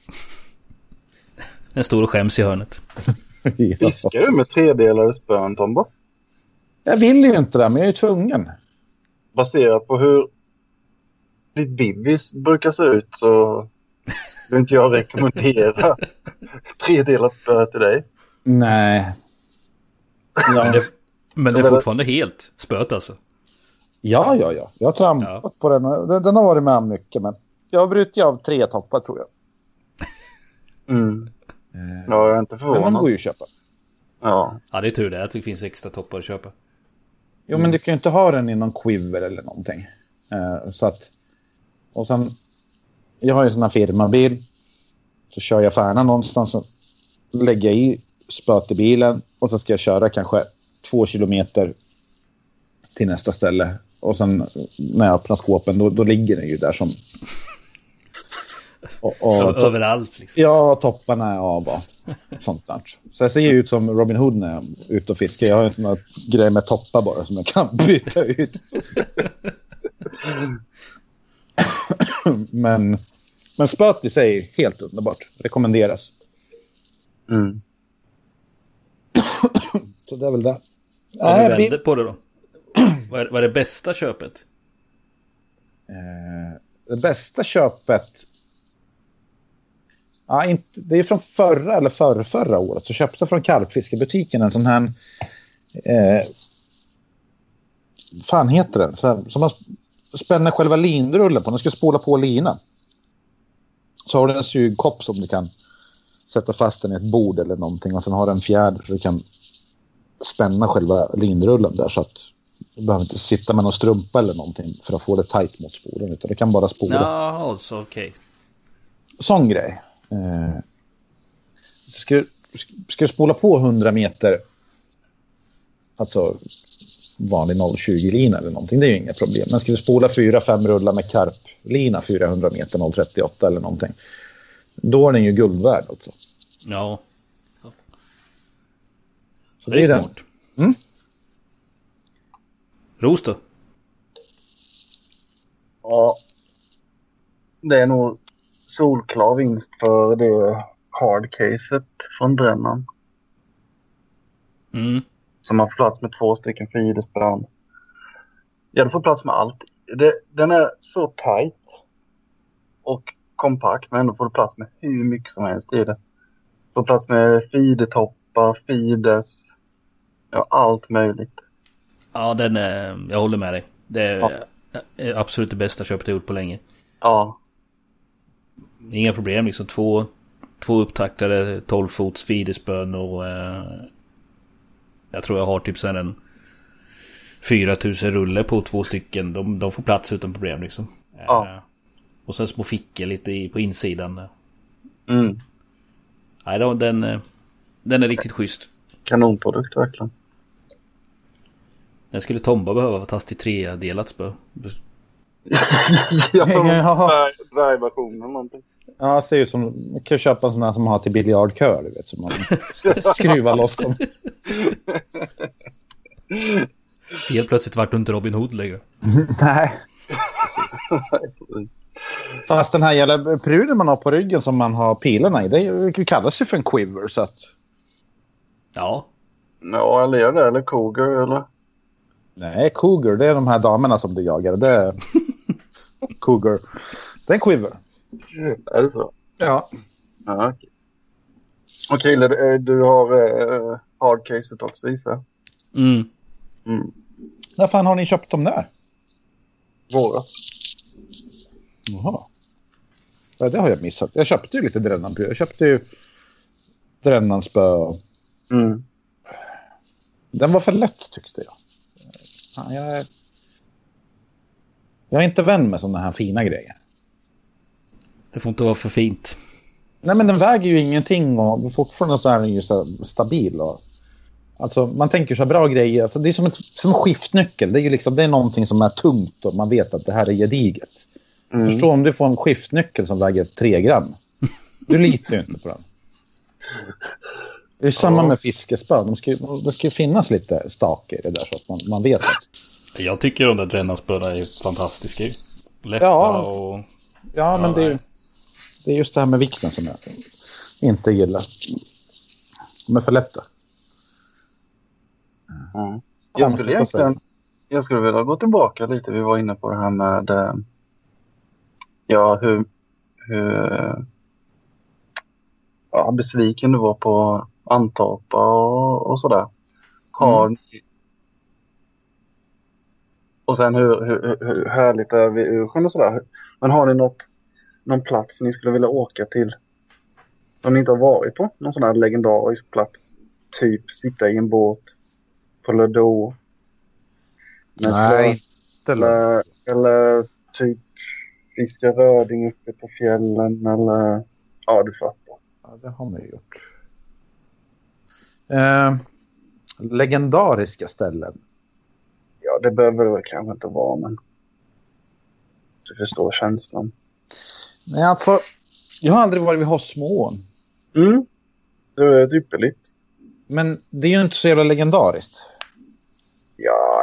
Den står och skäms i hörnet. Ja. Fiskar du med 3-delade spön, Tombo? Jag vill ju inte det, men jag är tvungen. Baserat på hur ditt bibis brukar se ut så skulle inte jag rekommendera 3-delat spö till dig. Nej. Ja. Men det är fortfarande helt spöt alltså. Ja. Jag har trampat på den. Den har varit med om mycket, men jag har brutit av 3 toppar tror jag. Mm. Ja, jag är inte förvånad. Men de går ju att köpa. Ja, det är tur det att det finns extra toppar att köpa. Jo, men du kan ju inte ha den i någon quiver eller någonting. Så att, och sen, jag har ju en sån här firmabil. Så kör jag färna någonstans och lägger i spöt i bilen. Och så ska jag köra kanske 2 kilometer till nästa ställe. Och sen när jag öppnar skåpen då ligger den ju där som... Överallt liksom. Ja, topparna är av och sånt där. Så jag ser ju ut som Robin Hood när jag är ute och fiskar. Jag har en sån här grej med toppar bara som jag kan byta ut. men spöt i sig är helt underbart. Rekommenderas. Mm. Så det är väl det. Vad du vänder på det då? Vad är det bästa köpet? Det bästa köpet... Ja, det är från förra eller förra året. Så köpte jag från Karpfiskebutiken en sån här... fan heter den? Som man spänner själva linrullen på. Den ska spola på lina. Så har den en sugkopp som du kan sätta fast den i ett bord eller någonting. Och sen har den en fjäder så du kan spänna själva linrullen där. Så att du behöver inte sitta med någon strumpa eller någonting för att få det tajt mot spolen. Utan du kan bara spola. Ja, alltså okej. Sån grej. Ska du spola på 100 meter, alltså vanlig 0,20-lina eller någonting, det är ju inga problem. Men ska du spola 4-5 rullar med karplina 400 meter 0,38 eller någonting, då är den ju guldvärd alltså. Ja. Så det är den. Mm? Ros då? Ja. Det är nog solklar vinst för det hardcaset från Brennan. Mm. Som har plats med 2 stycken feederspön. Ja, du får plats med allt. Den är så tight och kompakt, men ändå får du plats med hur mycket som helst i det. Du får plats med feedertoppar, feeders, ja, allt möjligt. Ja, jag håller med dig. Det är absolut det bästa köpet jag gjort på länge. Ja. Inga problem, liksom två upptaktade 12-fots feederspön och jag tror jag har typ sen en 4000 rulle på 2 stycken. De får plats utan problem liksom. Ja. Och sen små fickor lite på insidan. Mm. Nej, den är riktigt schysst. Kanonprodukt verkligen. Den skulle Tomba behöva fast i 3-delat spö. Ja, versionen någonting. Ja, ser ut som... Man kan köpa en sån här som man har till biljardkör, du vet. Som man skruvar loss dem. Helt plötsligt vart du inte Robin Hood längre. Nej. Fast den här jävla pruden man har på ryggen som man har pilarna i, det kallas ju för en quiver, så att... Ja. Ja, eller är det? Eller cougar, eller? Nej, cougar, det är de här damerna som du jagar. Det är cougar. Det är en quiver. Är det så? Ja. Ja, okej. Okej, du har hardcaset också, Isa. Mm. När fan har ni köpt dem där? Våras. Jaha. Ja, det har jag missat. Jag köpte ju lite drännanspö. Jag köpte ju drännanspö. Mm. Den var för lätt, tyckte jag. Jag är inte vän med sådana här fina grejer. Det får inte vara för fint. Nej, men den väger ju ingenting och fortfarande så är den ju så stabil. Och, alltså, man tänker så här bra grejer. Alltså, det är som en skiftnyckel. Det är ju liksom, det är någonting som är tungt och man vet att det här är gediget. Förstå om du får en skiftnyckel som väger 3 gram. Du litar ju inte på den. Det är samma med fiskespö. Det ska ju finnas lite stake i det där så att man vet att... Jag tycker de där drännanspöna är fantastiska. Lätta ja, och... Ja, men det är just det här med vikten som jag inte gillar. De är för lätta. Mm. Jag skulle vilja gå tillbaka lite. Vi var inne på det här med hur besviken du var på Antorpa och sådär. Och sen hur härligt är vi Ursjön och sådär. Men har ni någon plats ni skulle vilja åka till som ni inte har varit på? Någon sån här legendarisk plats? Typ sitta i en båt på Lödå. Nej, inte eller typ fiska röding uppe på fjällen eller... Ja, du fattar. Ja, det har man ju gjort. Legendariska ställen. Ja, det behöver det kanske inte vara, men... Du förstår känslan. Nej, alltså... Jag har aldrig varit vid Hossmån. Det är ypperligt. Men det är ju inte så jävla legendariskt. Ja.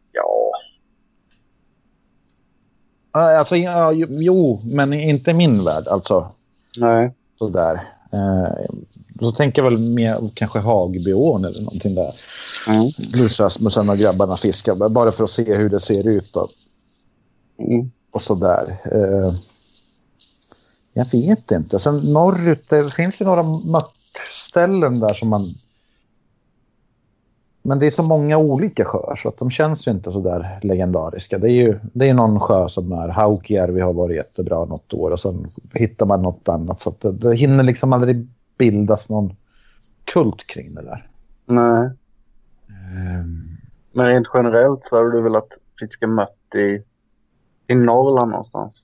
Alltså, jo, men inte min värld, alltså. Nej. Sådär. Så tänker jag väl mer kanske Hagbyån eller någonting där. Lusasmusen och grabbarna fiskar. Bara för att se hur det ser ut då. Och sådär. Jag vet inte. Sen norrut, det finns ju några ställen där som man... Men det är så många olika sjöar så att de känns ju inte så där legendariska. Det är någon sjö som är Haukjärvi har varit jättebra något år och sen hittar man något annat så att det hinner liksom aldrig bildas någon kult kring det där. Nej. Men rent generellt så har du väl att fiska mött i Norrland någonstans?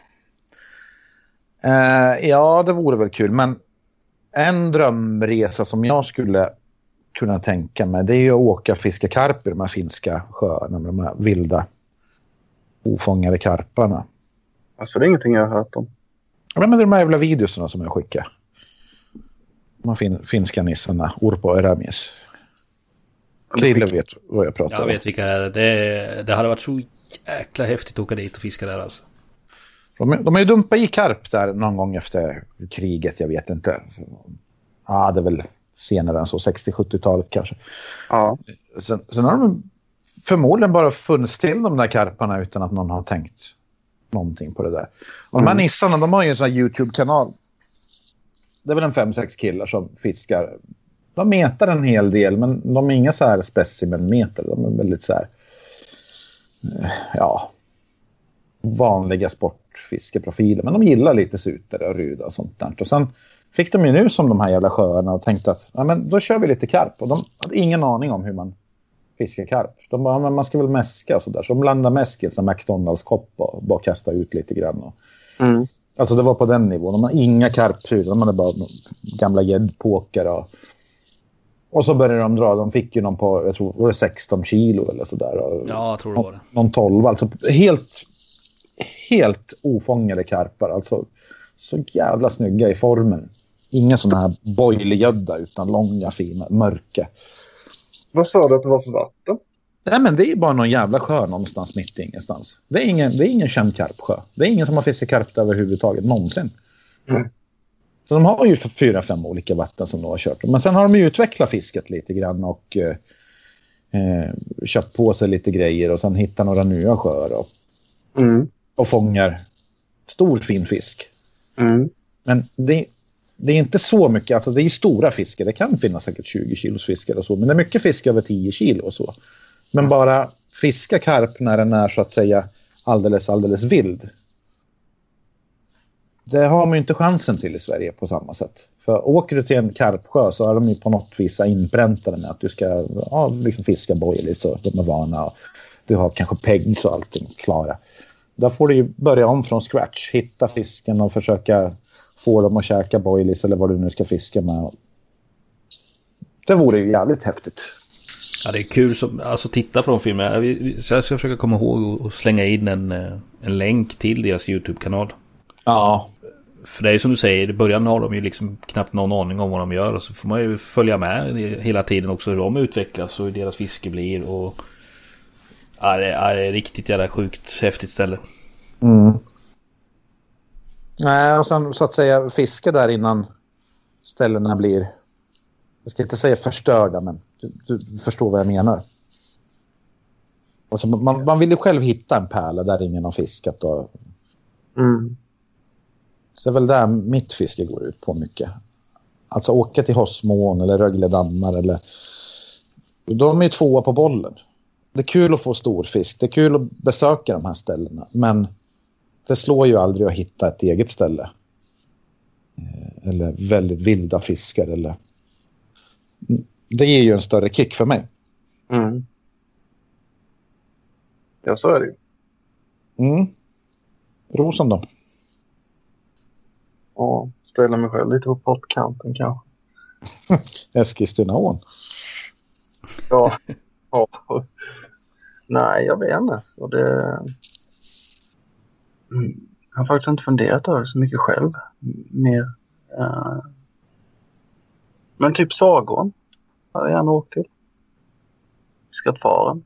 Ja, det vore väl kul. Men en drömresa som jag skulle kunna tänka mig, det är ju att åka fiska karp i de här finska sjöarna med de här vilda ofångade karparna. Alltså det är ingenting jag har hört om. Ja, men det är de här jävla videorna som jag skickar. De här finska nissarna, Urpo och Eramies. Krille vet vad jag pratar om. Jag vet vilka det är. Det hade varit så jäkla häftigt att åka dit och fiska där alltså. De har ju dumpat i karp där någon gång efter kriget, jag vet inte. Ja, det är väl senare än så, 60-70-talet kanske. Ja. Sen har de förmodligen bara funnits till de där karparna utan att någon har tänkt någonting på det där. Och de här nissarna, de har ju en sån här YouTube-kanal. Det är väl en 5-6 killar som fiskar. De metar en hel del, men de är inga så här specimenmeter. De är väldigt så här, ja, vanliga sportfiskeprofiler. Men de gillar lite suter och ruda och sånt där. Och sen fick de ju nu som de här jävla sjöarna och tänkte att ja, men då kör vi lite karp. Och de hade ingen aning om hur man fiskar karp. De bara, men man ska väl mäska och sådär. Så de blandade mäsk som McDonalds-kopp och bara kasta ut lite grann. Alltså det var på den nivån. De hade inga karpsudar. De hade bara gamla gäddpåkar och så började de dra. De fick ju någon på, jag tror var det 16 kilo eller sådär. Ja, jag tror det var det. Någon 12. Alltså helt ofångade karpar. Alltså Så jävla snygga i formen. Ingen sån här boilergödda utan långa, fina, mörka. Vad sa du att det var för vatten? Nej, men det är bara någon jävla sjö någonstans mitt ingenstans. Det är ingen känd karpsjö. Det är ingen som har fiskat karp där överhuvudtaget någonsin. Mm. Så de har ju 4-5 olika vatten som de har kört. Men sen har de ju utvecklat fisket lite grann och köpt på sig lite grejer och sen hittar några nya sjöar och fångar stor fin fisk. Mm. Men det är inte så mycket, alltså det är stora fiskar. Det kan finnas säkert 20 kilos fiskar och så, men det är mycket fisk över 10 kilo och så. Men bara fiska karp när den är så att säga alldeles vild. Det har man ju inte chansen till i Sverige på samma sätt. För åker du till en karpsjö så är de ju på något vis inpräntade med att du ska liksom fiska boilies och de är vana. Och du har kanske pegs och allting klara. Där får du ju börja om från scratch. Hitta fisken och försöka få dem att käka boilies eller vad du nu ska fiska med. Det vore ju jävligt häftigt. Ja, det är kul alltså titta på de filmerna. Så jag ska försöka komma ihåg och slänga in en länk till deras YouTube-kanal. Ja. För det är som du säger, i början har de ju liksom knappt någon aning om vad de gör. Och så får man ju följa med hela tiden också hur de utvecklas och hur deras fiske blir. Och ja, det är riktigt jävla sjukt häftigt ställe. Mm. Nej, och sen så att säga fiska där innan ställena blir, jag ska inte säga förstörda, men du förstår vad jag menar. Alltså man vill ju själv hitta en pärla där ingen har fiskat. Och så det är väl där mitt fiske går ut på mycket. Alltså åka till Hossmån eller Rögledammar eller de är 2 på bollen. Det är kul att få stor fisk. Det är kul att besöka de här ställena. Men det slår ju aldrig att hitta ett eget ställe. Eller väldigt vilda fiskar. Eller... Det ger ju en större kick för mig. Mm. Ja, så är det ju. Rosen då? Ja, ställa mig själv lite på pottkanten kanske. Eskilstunaån. Ja. Nej, jag vet inte. Så det... Jag har faktiskt inte funderat över så mycket själv. Mer. Men typ Sagån har jag gärna åkt till. Skattfaren.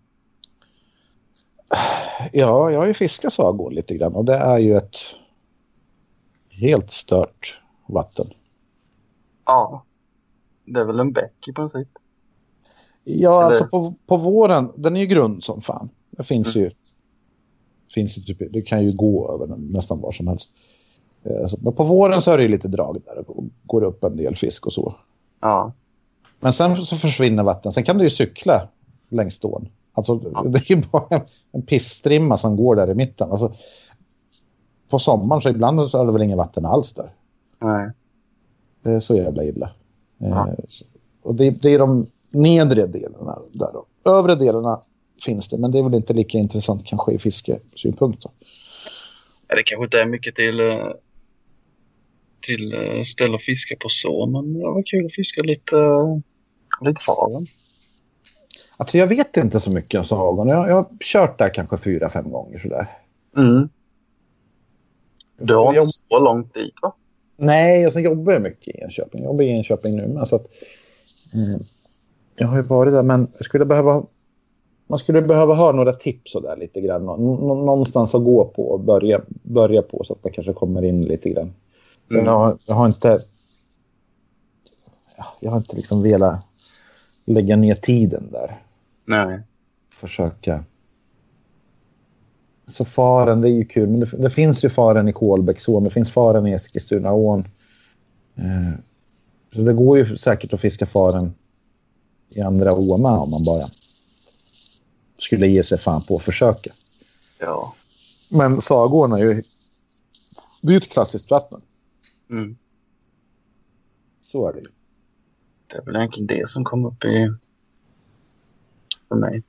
Ja, jag har ju fiskat Sagån lite grann. Och det är ju ett helt stört vatten. Ja. Det är väl en bäck i princip. Ja, alltså på våren, den är ju grund som fan. Det finns ju typ, du kan ju gå över den nästan var som helst. Men på våren så är det ju lite drag där och går upp en del fisk och så. Ja. Men sen så försvinner vatten. Sen kan du ju cykla längs ån. Alltså det är ju bara en pissstrimma som går där i mitten. Alltså på sommaren så ibland så är det väl ingen vatten alls där. Nej. Det är så jävla illa. Och det är de nedre delarna där då. Övre delarna finns det, men det är väl inte lika intressant kanske i fiskesynpunkt då. Ja, det kanske inte är mycket till ställa och fiska på så, men det var kul att fiska lite faren. Alltså jag vet inte så mycket om Sagån. Jag har kört där kanske 4-5 gånger sådär. Du har inte så långt dit, va? Nej, och sen jobbar jag mycket i Enköping. Jag jobbar i Enköping nu, men så att jag har ju varit där, men man skulle behöva ha några tips och där lite grann. Någonstans att gå på och börja på så att man kanske kommer in lite grann. Jag har inte liksom velat lägga ner tiden där. Nej. Försöka. Så faren, det är ju kul. Men det finns ju faren i Kolbäcksån. Det finns faren i Eskilstunaån. Så det går ju säkert att fiska faren i andra åar om man bara skulle ge sig fan på att försöka. Ja. Men Sagån är ju, det är ju ett klassiskt vatten. Så är det ju. Det är väl egentligen det som kom upp för mig.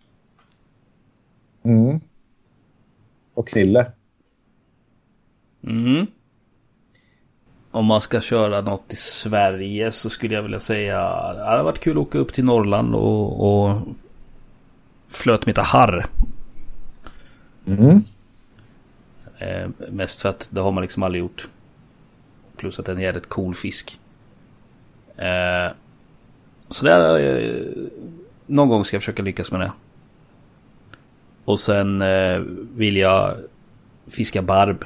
Och Krille. Om man ska köra något i Sverige så skulle jag vilja säga det hade varit kul att åka upp till Norrland och flöt med harr. Mm. Mest för att det har man liksom aldrig gjort. plus att den är en jävligt cool fisk. Så där någon gång ska jag försöka lyckas med det. Och sen vill jag fiska barb.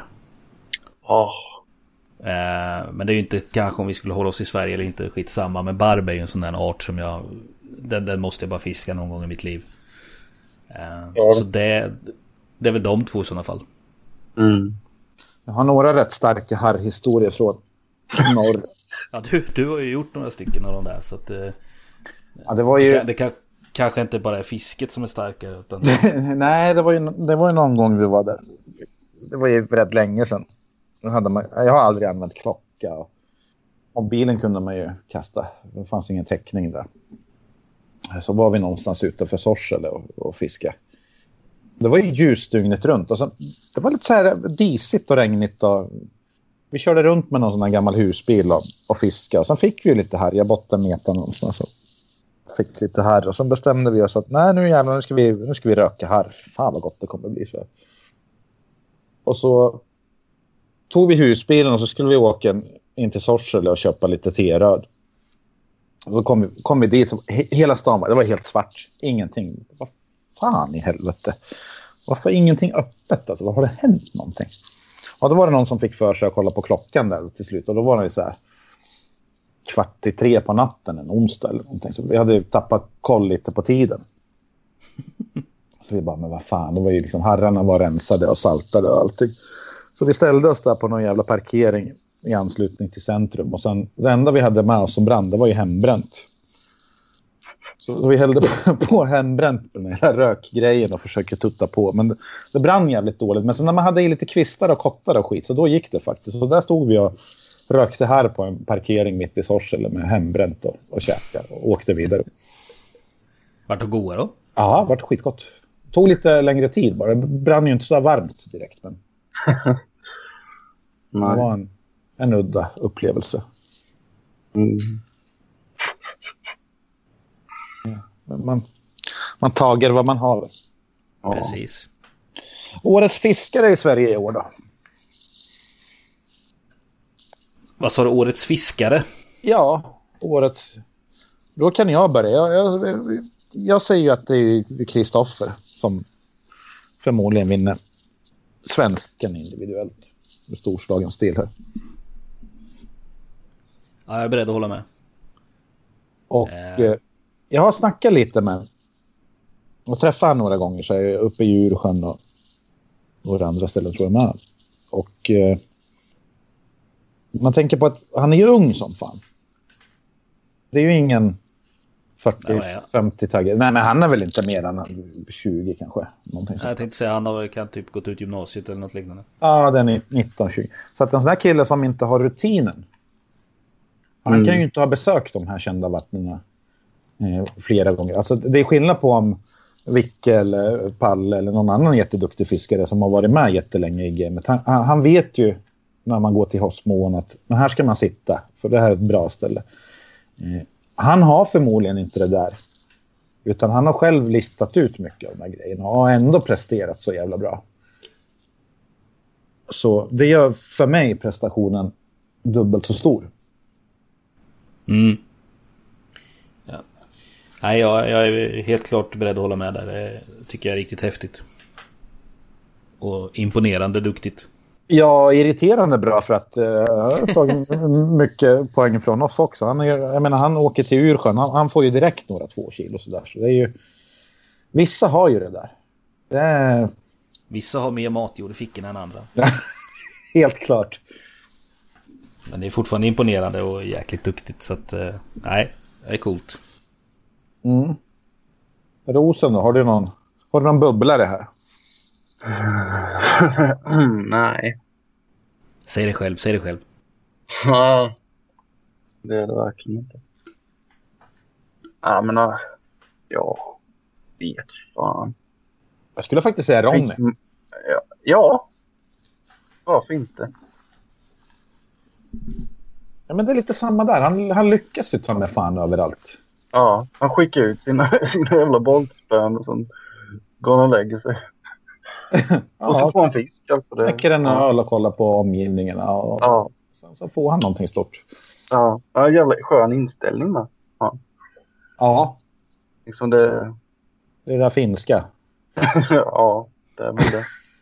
Men det är ju inte kanske om vi skulle hålla oss i Sverige eller inte, skitsamma. Men barb är ju en sån där art som den måste jag bara fiska någon gång i mitt liv. Så det är väl de två i sådana fall. Jag har några rätt starka harrhistorier från norr. Ja, du har ju gjort några stycken av de där. Så att, ja, det var ju... det kanske inte bara är fisket som är starkare. Utan... Nej, det var ju någon gång vi var där. Det var ju rätt länge sedan. Jag har aldrig använt klocka. Och bilen kunde man ju kasta. Det fanns ingen täckning där. Så var vi någonstans utanför Sorsele och fiska. Det var ju ljus dygnet runt. Och så, det var lite så här disigt och regnigt. Och vi körde runt med någon sån här gammal husbil och fiska. Och sen fick vi ju lite här. Jag bottenmetade någonstans. Så fick lite här. Och sen bestämde vi oss att nej, nu jävlar, nu ska vi röka här. Fan vad gott det kommer bli. Så. Och så tog vi husbilen och så skulle vi åka in till Sorsele och köpa lite teröd. Och så kom vi dit. Så hela stan det var helt svart. Ingenting. Vad fan i helvete. Varför ingenting öppet? Alltså, vad har det hänt någonting? Ja, då var det någon som fick för sig att kolla på klockan där till slut. Och då var det så här 2:45 på natten en onsdag eller någonting. Så vi hade tappat koll lite på tiden. Så vi bara, men vad fan. Det var ju liksom, herrarna var rensade och saltade och allting. Så vi ställde oss där på någon jävla parkering i anslutning till centrum. Och sen, det enda vi hade med oss som brann, det var ju hembränt. Så vi hällde på hembränt på den här rökgrejen och försökte tutta på. Men det brann jävligt dåligt. Men sen när man hade i lite kvistar och kottar och skit, så då gick det faktiskt. Så där stod vi och rökte här på en parkering mitt i Sorsele med hembränt och käkade och åkte vidare. Vart det goda då? Ja, vart skitgott. Tog lite längre tid bara. Det brann ju inte så varmt direkt. Men det var en udda upplevelse. Man tager vad man har. Ja. Precis. Årets fiskare i Sverige i år då? Vad sa du, årets fiskare? Ja, årets... Då kan jag börja. Jag säger ju att det är Kristoffer som förmodligen vinner svensken individuellt med storslagen stil här. Ja, jag är beredd att hålla med. Och jag har snackat lite med och träffat några gånger, så är jag uppe i Djursjön och andra ställen tror jag med. Och man tänker på att han är ju ung som fan. Det är ju ingen 40-50 taggar. Nej, men han är väl inte mer än 20 kanske. Jag tänkte säga han kan typ gått ut gymnasiet eller något liknande. Ja, den är 19-20. Så att en sån här kille som inte har rutinen. Han kan ju inte ha besökt de här kända vattnena flera gånger. Alltså det är skillnad på om Vicke eller Palle eller någon annan jätteduktig fiskare som har varit med jättelänge i gamet. Han vet ju när man går till Hossmån att men här ska man sitta, för det här är ett bra ställe. Han har förmodligen inte det där. Utan han har själv listat ut mycket av de här grejerna och har ändå presterat så jävla bra. Så det gör för mig prestationen dubbelt så stor. Ja. Nej, jag är helt klart beredd att hålla med där. Det tycker jag är riktigt häftigt. Och imponerande duktigt. Ja, irriterande bra för att jag har tagit mycket poäng från oss också. Han åker till Djursjön. Han får ju direkt några 2 kilo sådär. Så det är ju, vissa har ju det där. Vissa har mer matjord i fickorna än andra. Helt klart. Men det är fortfarande imponerande och jäkligt duktigt. Så att, nej, det är coolt. Rosen då, har du någon bubblare här? Nej. Säg det själv. Ja, det är det verkligen inte. Ja, men ja, vet fan. Jag skulle faktiskt säga Ronny. Ja. Varför inte? Ja, men det är lite samma där. Han lyckas ju ta med fan överallt. Ja, han skickar ut sina jävla bollspön och sen går han och lägger sig. Och så får han fisk. Alltså knäcker en öl och kollar på omgivningen. Och Sen så får han någonting stort. Ja, jävla skön inställning med. Ja. Ja, Liksom det... det är det där finska. Ja, det är väl det.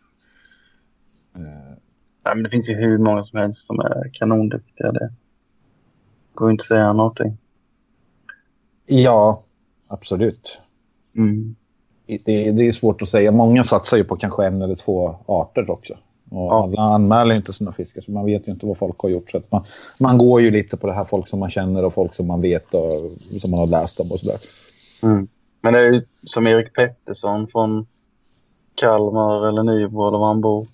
Nej, men det finns ju hur många som helst som är kanonduktiga. Det går inte att säga någonting. Ja, absolut. Mm. Det är svårt att säga. Många satsar ju på kanske 1 eller 2 arter också. Och alla anmäler inte sina fiskar, så man vet ju inte vad folk har gjort. Så att man går ju lite på det här, folk som man känner och folk som man vet och som man har läst om och sådär. Mm. Men det är ju som Erik Pettersson från Kalmar eller Nybro eller var han bor.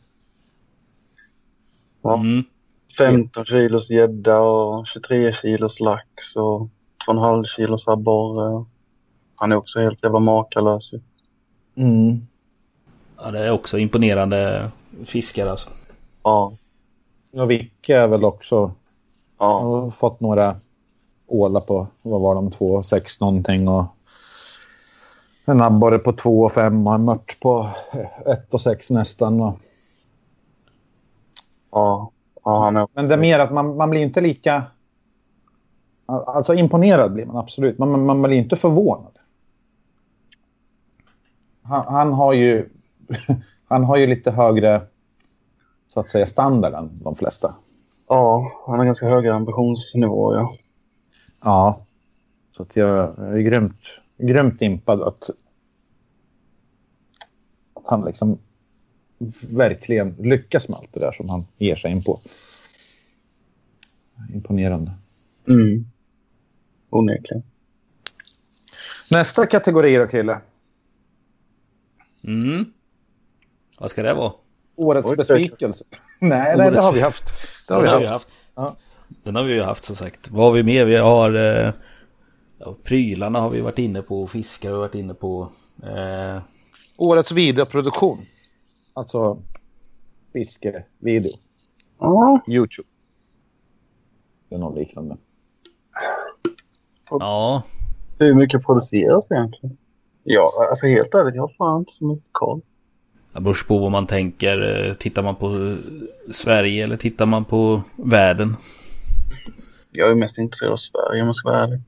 Ja. 15 kilos gädda och 23 kilos lax och 2,5 kilos abborre. Han är också helt jävla makalös. Mm. Ja, det är också imponerande fiskar alltså. Ja. Och Vicke är väl också... Ja. har fått några ålar på, vad var de, 2,6 någonting och en abborre på 2,5 och en mört på 1,6 nästan. Och... Ja, han är... Men det är mer att man blir inte lika... Alltså imponerad blir man absolut, men man blir inte förvånad. Han har ju han har ju lite högre, så att säga, standard än de flesta. Ja, han har ganska höga ambitionsnivåer, ja. Ja, så att jag är grymt impad att han liksom verkligen lyckas med allt det där som han ger sig in på. Imponerande. Mm. Onekligen. Nästa kategori då, Krille. Vad ska det vara? Årets besvikelse. Nej, det har vi haft. Det har vi haft. Ja. Den har vi ju haft, som sagt. Vad har vi med? Vi har prylarna har vi varit inne på. Fiskar har vi varit inne på. Årets videoproduktion. Alltså fiskevideo. Ja. YouTube. Det är något liknande. Ja. Hur mycket produceras egentligen? Ja, alltså helt ärligt, jag har fan inte så mycket koll. Det beror på vad man tänker. Tittar man på Sverige eller tittar man på världen? Jag är mest intresserad av Sverige, om jag ska vara ärlig.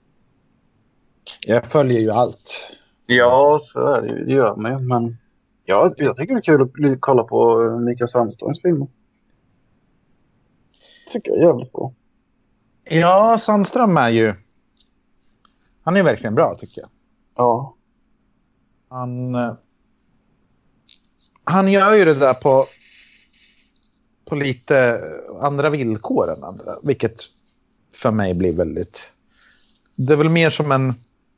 Jag följer ju allt. Ja, så är det ju. Det gör mig. Men jag tycker det är kul att kolla på Mikael Sandströms filmer. Tycker jag är jävligt bra. Ja, Sandström är ju... Han är verkligen bra, tycker jag. Ja. Han gör ju det där på lite andra villkor än andra. Vilket för mig blir väldigt... Det är väl mer som en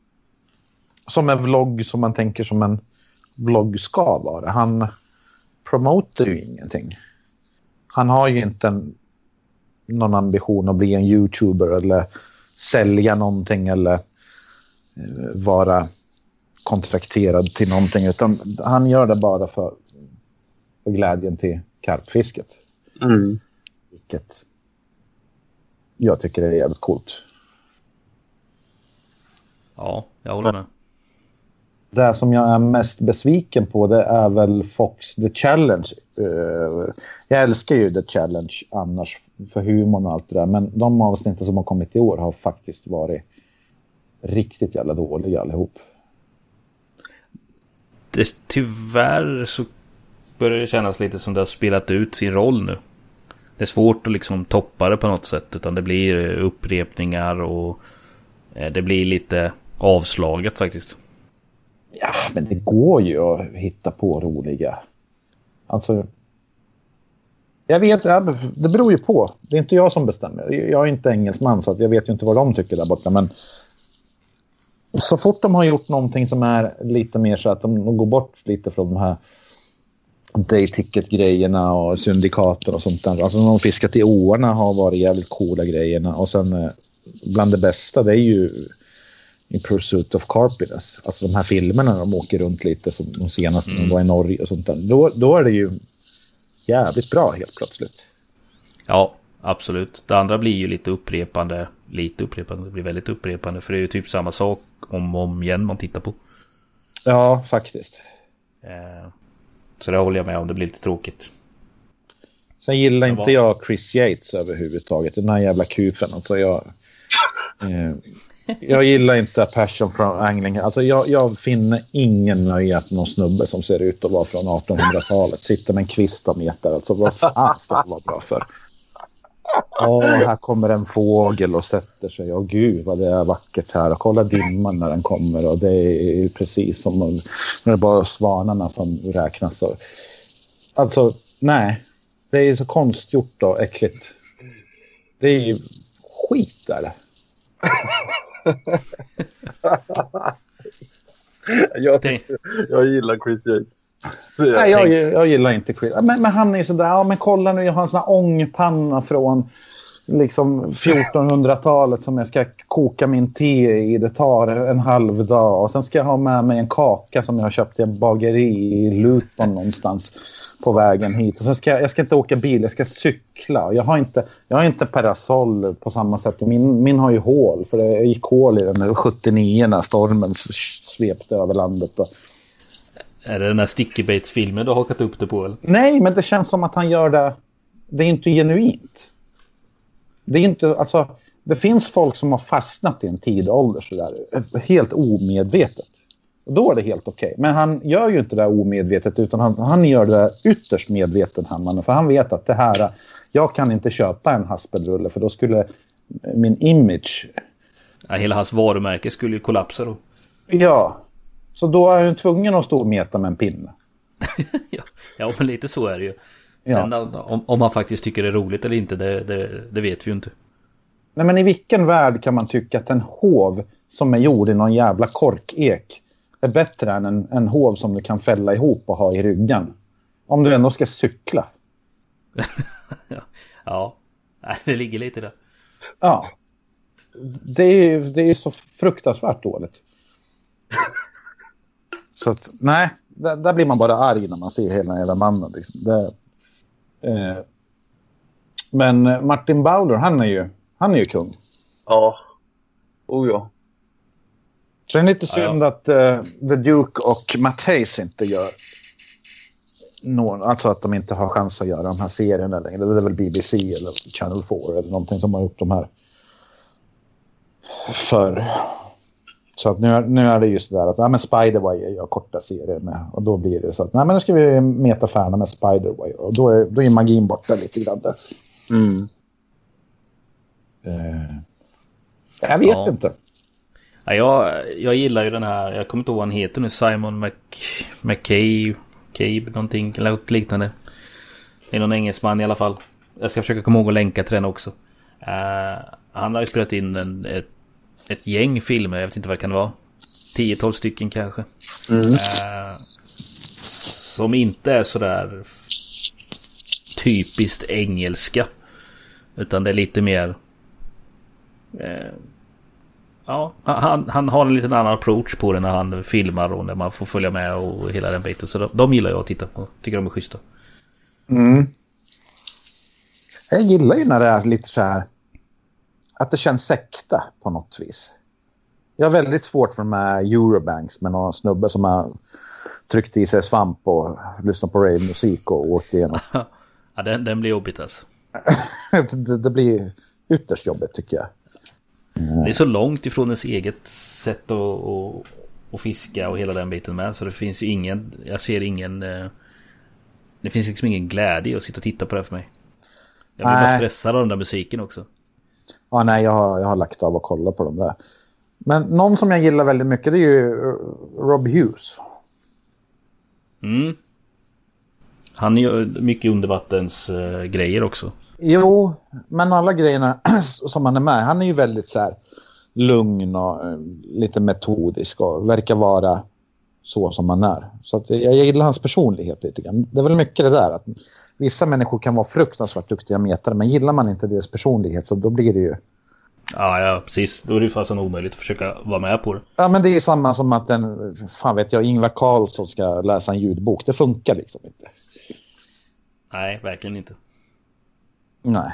vlogg som man tänker som en vlogg ska vara. Han promotar ju ingenting. Han har ju inte någon ambition att bli en YouTuber eller sälja någonting eller vara kontrakterad till någonting, utan han gör det bara för glädjen till karpfisket. Vilket jag tycker är jävligt coolt. Ja, jag håller med. Det som jag är mest besviken på, det är väl Fox The Challenge. Jag älskar ju The Challenge annars för humorn och allt det där, men de avsnitt som har kommit i år har faktiskt varit riktigt jävla dåliga allihop. Tyvärr så börjar det kännas lite som det har spelat ut sin roll nu. Det är svårt att liksom toppa det på något sätt, utan det blir upprepningar och det blir lite avslaget faktiskt. Ja, men det går ju att hitta på roliga. Alltså, jag vet, det beror ju på. Det är inte jag som bestämmer. Jag är inte engelsman, så att jag vet ju inte vad de tycker där borta, men så fort de har gjort någonting som är lite mer så att de går bort lite från de här dayticket-grejerna och syndikater och sånt där. Alltså de fiskat i åarna har varit jävligt coola grejerna. Och sen bland det bästa, det är ju In Pursuit of Carpiness. Alltså de här filmerna när de åker runt lite, som de senaste de var i Norge och sånt där. Då är det ju jävligt bra helt plötsligt. Ja, absolut. Det andra blir ju lite upprepande. Det blir väldigt upprepande, för det är ju typ samma sak om igen man tittar på. Ja, faktiskt. Så det håller jag med om, det blir lite tråkigt. Sen gillar inte jag Chris Yates överhuvudtaget. Den här jävla kufen. Alltså jag gillar inte Passion from Angling. Alltså jag finner ingen nöje att någon snubbe som ser ut att vara från 1800-talet sitter med en kvist och meter. Alltså vad fan ska det vara bra för? Här kommer en fågel och sätter sig. Gud vad det är vackert här. Och kolla dimman när den kommer. Och det är precis som när det är bara svanarna som räknas. Alltså, nej. Det är så konstgjort och äckligt. Det är ju skit där. jag gillar Chris Yates. Nej, jag gillar inte Chris. Men han är sådär, men kolla nu, jag har en sån här ångpanna från liksom 1400-talet som jag ska koka min te i. Det tar en halv dag. Och sen ska jag ha med mig en kaka som jag har köpt i en bageri i Luton någonstans på vägen hit. Och sen jag ska inte åka bil, jag ska cykla. Jag har inte parasoll på samma sätt. Min har ju hål, för det gick hål i den 79 när stormen svepte över landet. Är det den här Sticky Bates-filmen du har hakat upp det på? Eller? Nej, men det känns som att han gör det. Det är inte genuint. Det är inte, alltså, det finns folk som har fastnat i en tid och ålder sådär, helt omedvetet. Och då är det helt okej. Men han gör ju inte det omedvetet, utan han gör det ytterst medveten. För han vet att det här, jag kan inte köpa en haspelrulle, för då skulle min image... Ja, hela hans varumärke skulle ju kollapsa då. Ja, så då är han tvungen att stå och meta med en pinne. Ja, men lite så är det ju. Sen om man faktiskt tycker det är roligt eller inte, det vet vi ju inte. Nej, men i vilken värld kan man tycka att en hov som är gjord i någon jävla korkek är bättre än en hov som du kan fälla ihop och ha i ryggen? Om du ändå ska cykla. Ja, det ligger lite där. Ja, det är så fruktansvärt dåligt. Så att, nej, där blir man bara arg när man ser hela mannen. Liksom. Men Martin Bowler, han är ju kung. Ja, ja. Så det är lite synd att The Duke och Matt Hayes inte gör alltså att de inte har chans att göra de här serierna längre. Det är väl BBC eller Channel 4 eller någonting som har gjort de här för. Så att nu är det just det där att men Spiderwire gör korta serier med, och då blir det så att men nu ska vi meta färna med Spiderwire, och då är magin borta lite grann där. Jag vet inte. Ja, jag gillar ju den här, jag kommer inte ihåg vad han heter nu, Simon McCabe någonting eller något liknande. Det är någon engelsman i alla fall. Jag ska försöka komma ihåg och länka till den också. Han har ju spelat in ett gäng filmer, jag vet inte vad det kan vara. 10-12 stycken kanske. Som inte är sådär typiskt engelska. Utan det är lite mer... han har en liten annan approach på det när han filmar och när man får följa med och hela den biten. Så de gillar jag att titta på. Tycker de är schyssta. Jag gillar ju när det är lite så här att det känns sekta på något vis. Jag har väldigt svårt för de här Eurobanks med någon snubbe som har tryckt i sig svamp och lyssnat på rave-musik och åkt igenom. Ja, den blir jobbigt alltså. det blir ytterst jobbigt tycker jag. Det är så långt ifrån ens eget sätt att fiska och hela den biten med. Så det finns ju det finns liksom ingen glädje att sitta och titta på det för mig. Jag blir bara stressad av den där musiken också. Ja, nej, jag har lagt av att kolla på dem där. Men någon som jag gillar väldigt mycket, det är ju Rob Hughes. Han gör mycket undervattens grejer också. Jo, men alla grejerna som han är med, han är ju väldigt så här lugn och lite metodisk och verkar vara så som han är. Så att jag gillar hans personlighet lite grann. Det är väl mycket det där att vissa människor kan vara fruktansvärt duktiga metare, men gillar man inte deras personlighet så då blir det ju... Ja, precis. Då är det ju fast omöjligt att försöka vara med på det. Ja, men det är samma som att Ingvar Carlsson ska läsa en ljudbok. Det funkar liksom inte. Nej, verkligen inte. Nej.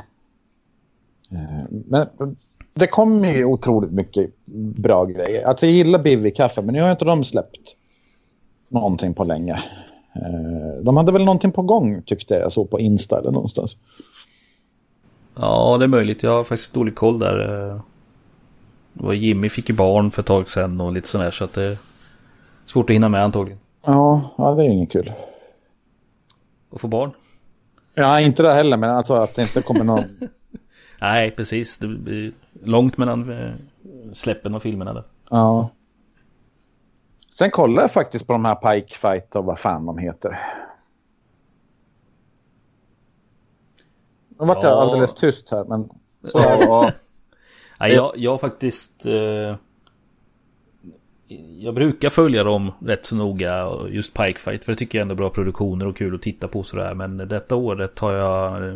Men det kommer ju otroligt mycket bra grejer. Alltså jag gillar Biv i kaffe, men nu har inte de släppt någonting på länge. De hade väl någonting på gång, tyckte jag så på Insta eller någonstans. Ja, det är möjligt. Jag har faktiskt dålig koll där. Det var Jimmy fick ju barn för ett tag sedan och lite sådär, så att det är svårt att hinna med antagligen. Ja, det är inget kul. Och få barn? Ja, inte det heller, men alltså att det inte kommer någon... Nej, precis. Det blir långt mellan släppen och filmerna där. Ja. Sen kollar jag faktiskt på de här Pike Fight och vad fan de heter. Nu vart jag alldeles tyst här, men... Så Nej, jag faktiskt... jag brukar följa dem rätt så noga, just Pike Fight, för det tycker jag ändå är bra produktioner och kul att titta på sådär. Men detta året har jag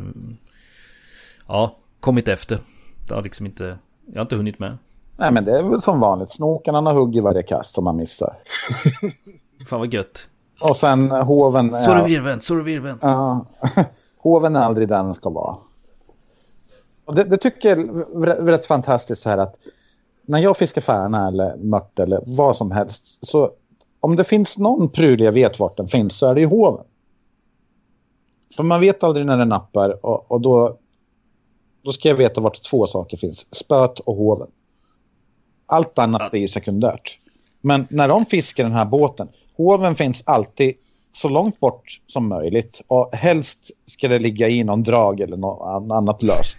kommit efter. Det har liksom inte, jag har inte hunnit med. Nej, men det är väl som vanligt. Snoken han har hugg i varje kast som man missar. Fan vad gött. Och sen hoven... Så är det virven. Ja, hoven är aldrig den ska vara. Och det tycker jag är rätt fantastiskt så här att när jag fiskar färna eller mört eller vad som helst, så om det finns någon pryl jag vet vart den finns, så är det ju hoven. För man vet aldrig när den nappar, och då ska jag veta vart två saker finns. Spöt och hoven. Allt annat är ju sekundärt. Men när de fiskar den här båten, hoven finns alltid så långt bort som möjligt. Och helst ska det ligga i någon drag eller något annat löst.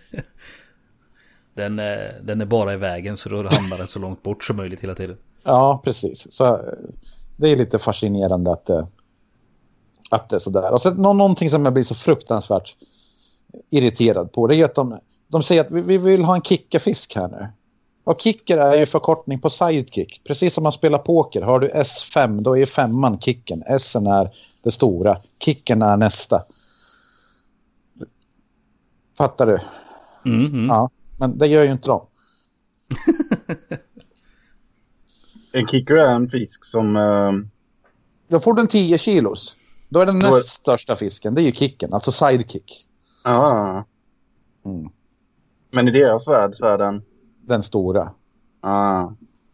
Den är bara i vägen, så då hamnar den så långt bort som möjligt hela tiden. Ja, precis. Så det är lite fascinerande att det är sådär. Och så någonting som jag blir så fruktansvärt irriterad på, det är att de säger att vi vill ha en kickerfisk här nu. Och kicker är ju förkortning på sidekick. Precis som man spelar poker. Har du S5, då är 5:an kicken. S'en är det stora. Kicken är nästa. Fattar du? Ja, men det gör ju inte de. En kicker är en fisk som... Då får du en 10 kilos. Då är den näst största fisken. Det är ju kicken, alltså sidekick. Ja. Men i deras värld så är den stora. Ja.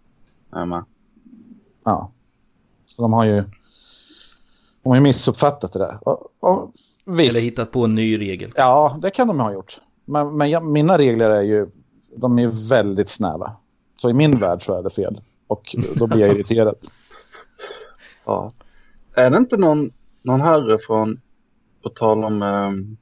Ja. Så de har ju missuppfattat det där. Och visst. Eller hittat på en ny regel. Ja, det kan de ha gjort. Men mina regler är ju, de är väldigt snäva. Så i min värld så är det fel. Och då blir jag irriterad. Ja. Är det inte någon herre från, på tal om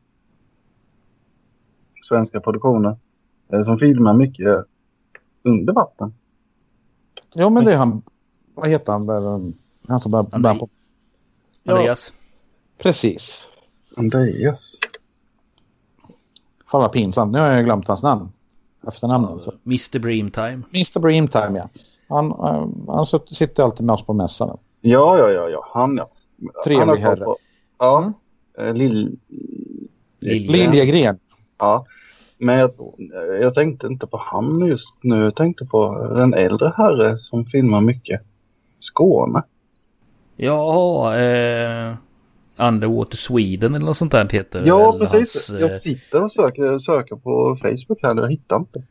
svenska produktioner, som filmar mycket under vatten? Jo, men det är han. Vad heter han? Han som bär på. Andreas. Ja, precis. Andreas. Fan vad pinsamt. Nu har jag glömt hans namn. Efternamn alltså. Mr. Breamtime. Mr. Breamtime, ja. Han sitter alltid med oss på mässan. Ja. Han. Trevlig herre. Ja. Liljegren. Ja. Men jag tänkte inte på han just nu. Jag tänkte på den äldre herre som filmar mycket. Skåne. Ja, Underwater Sweden eller något sånt där heter. Ja, precis. Jag sitter och söker på Facebook här, och jag hittar inte.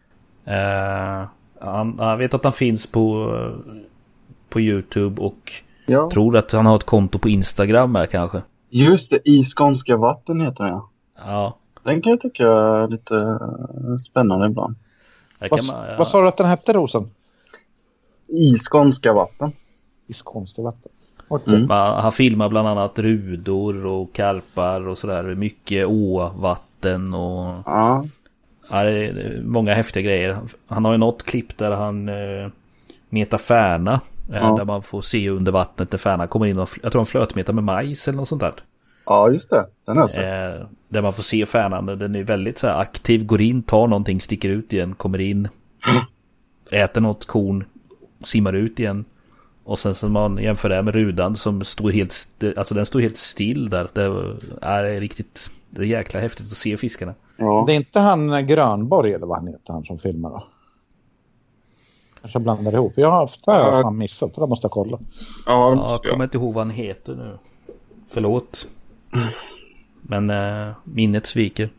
Jag vet att han finns på YouTube och tror att han har ett konto på Instagram här kanske. Just det, I skånska vatten heter den. Ja. Den kan jag tycka är lite spännande ibland. Vad sa du att den hette, Rosen? I skånska vatten. I skånska vatten. Han filmar bland annat rudor och karpar och sådär. Mycket åvatten och... Ja. Ja, det är många häftiga grejer. Han har ju något klipp där han metar färna. Där man får se under vattnet när färna kommer in. Jag tror han flötmetar med majs eller något sånt där. Ja, just det. Den är så. Där man får se färnan. Den är väldigt så här aktiv. Går in, tar någonting, sticker ut igen. Kommer in. Äter något korn. Simmar ut igen. Och sen så man jämför det med rudan som står helt alltså den står helt still där. Det är riktigt, det är jäkla häftigt att se fiskarna. Ja. Det är inte han Grönborg eller vad han heter, han som filmar då? Kanske jag blandar ihop. Jag har fan missat, det måste jag kolla. Ja, jag kommer inte ihåg vad han heter nu. Förlåt. Men minnet sviker.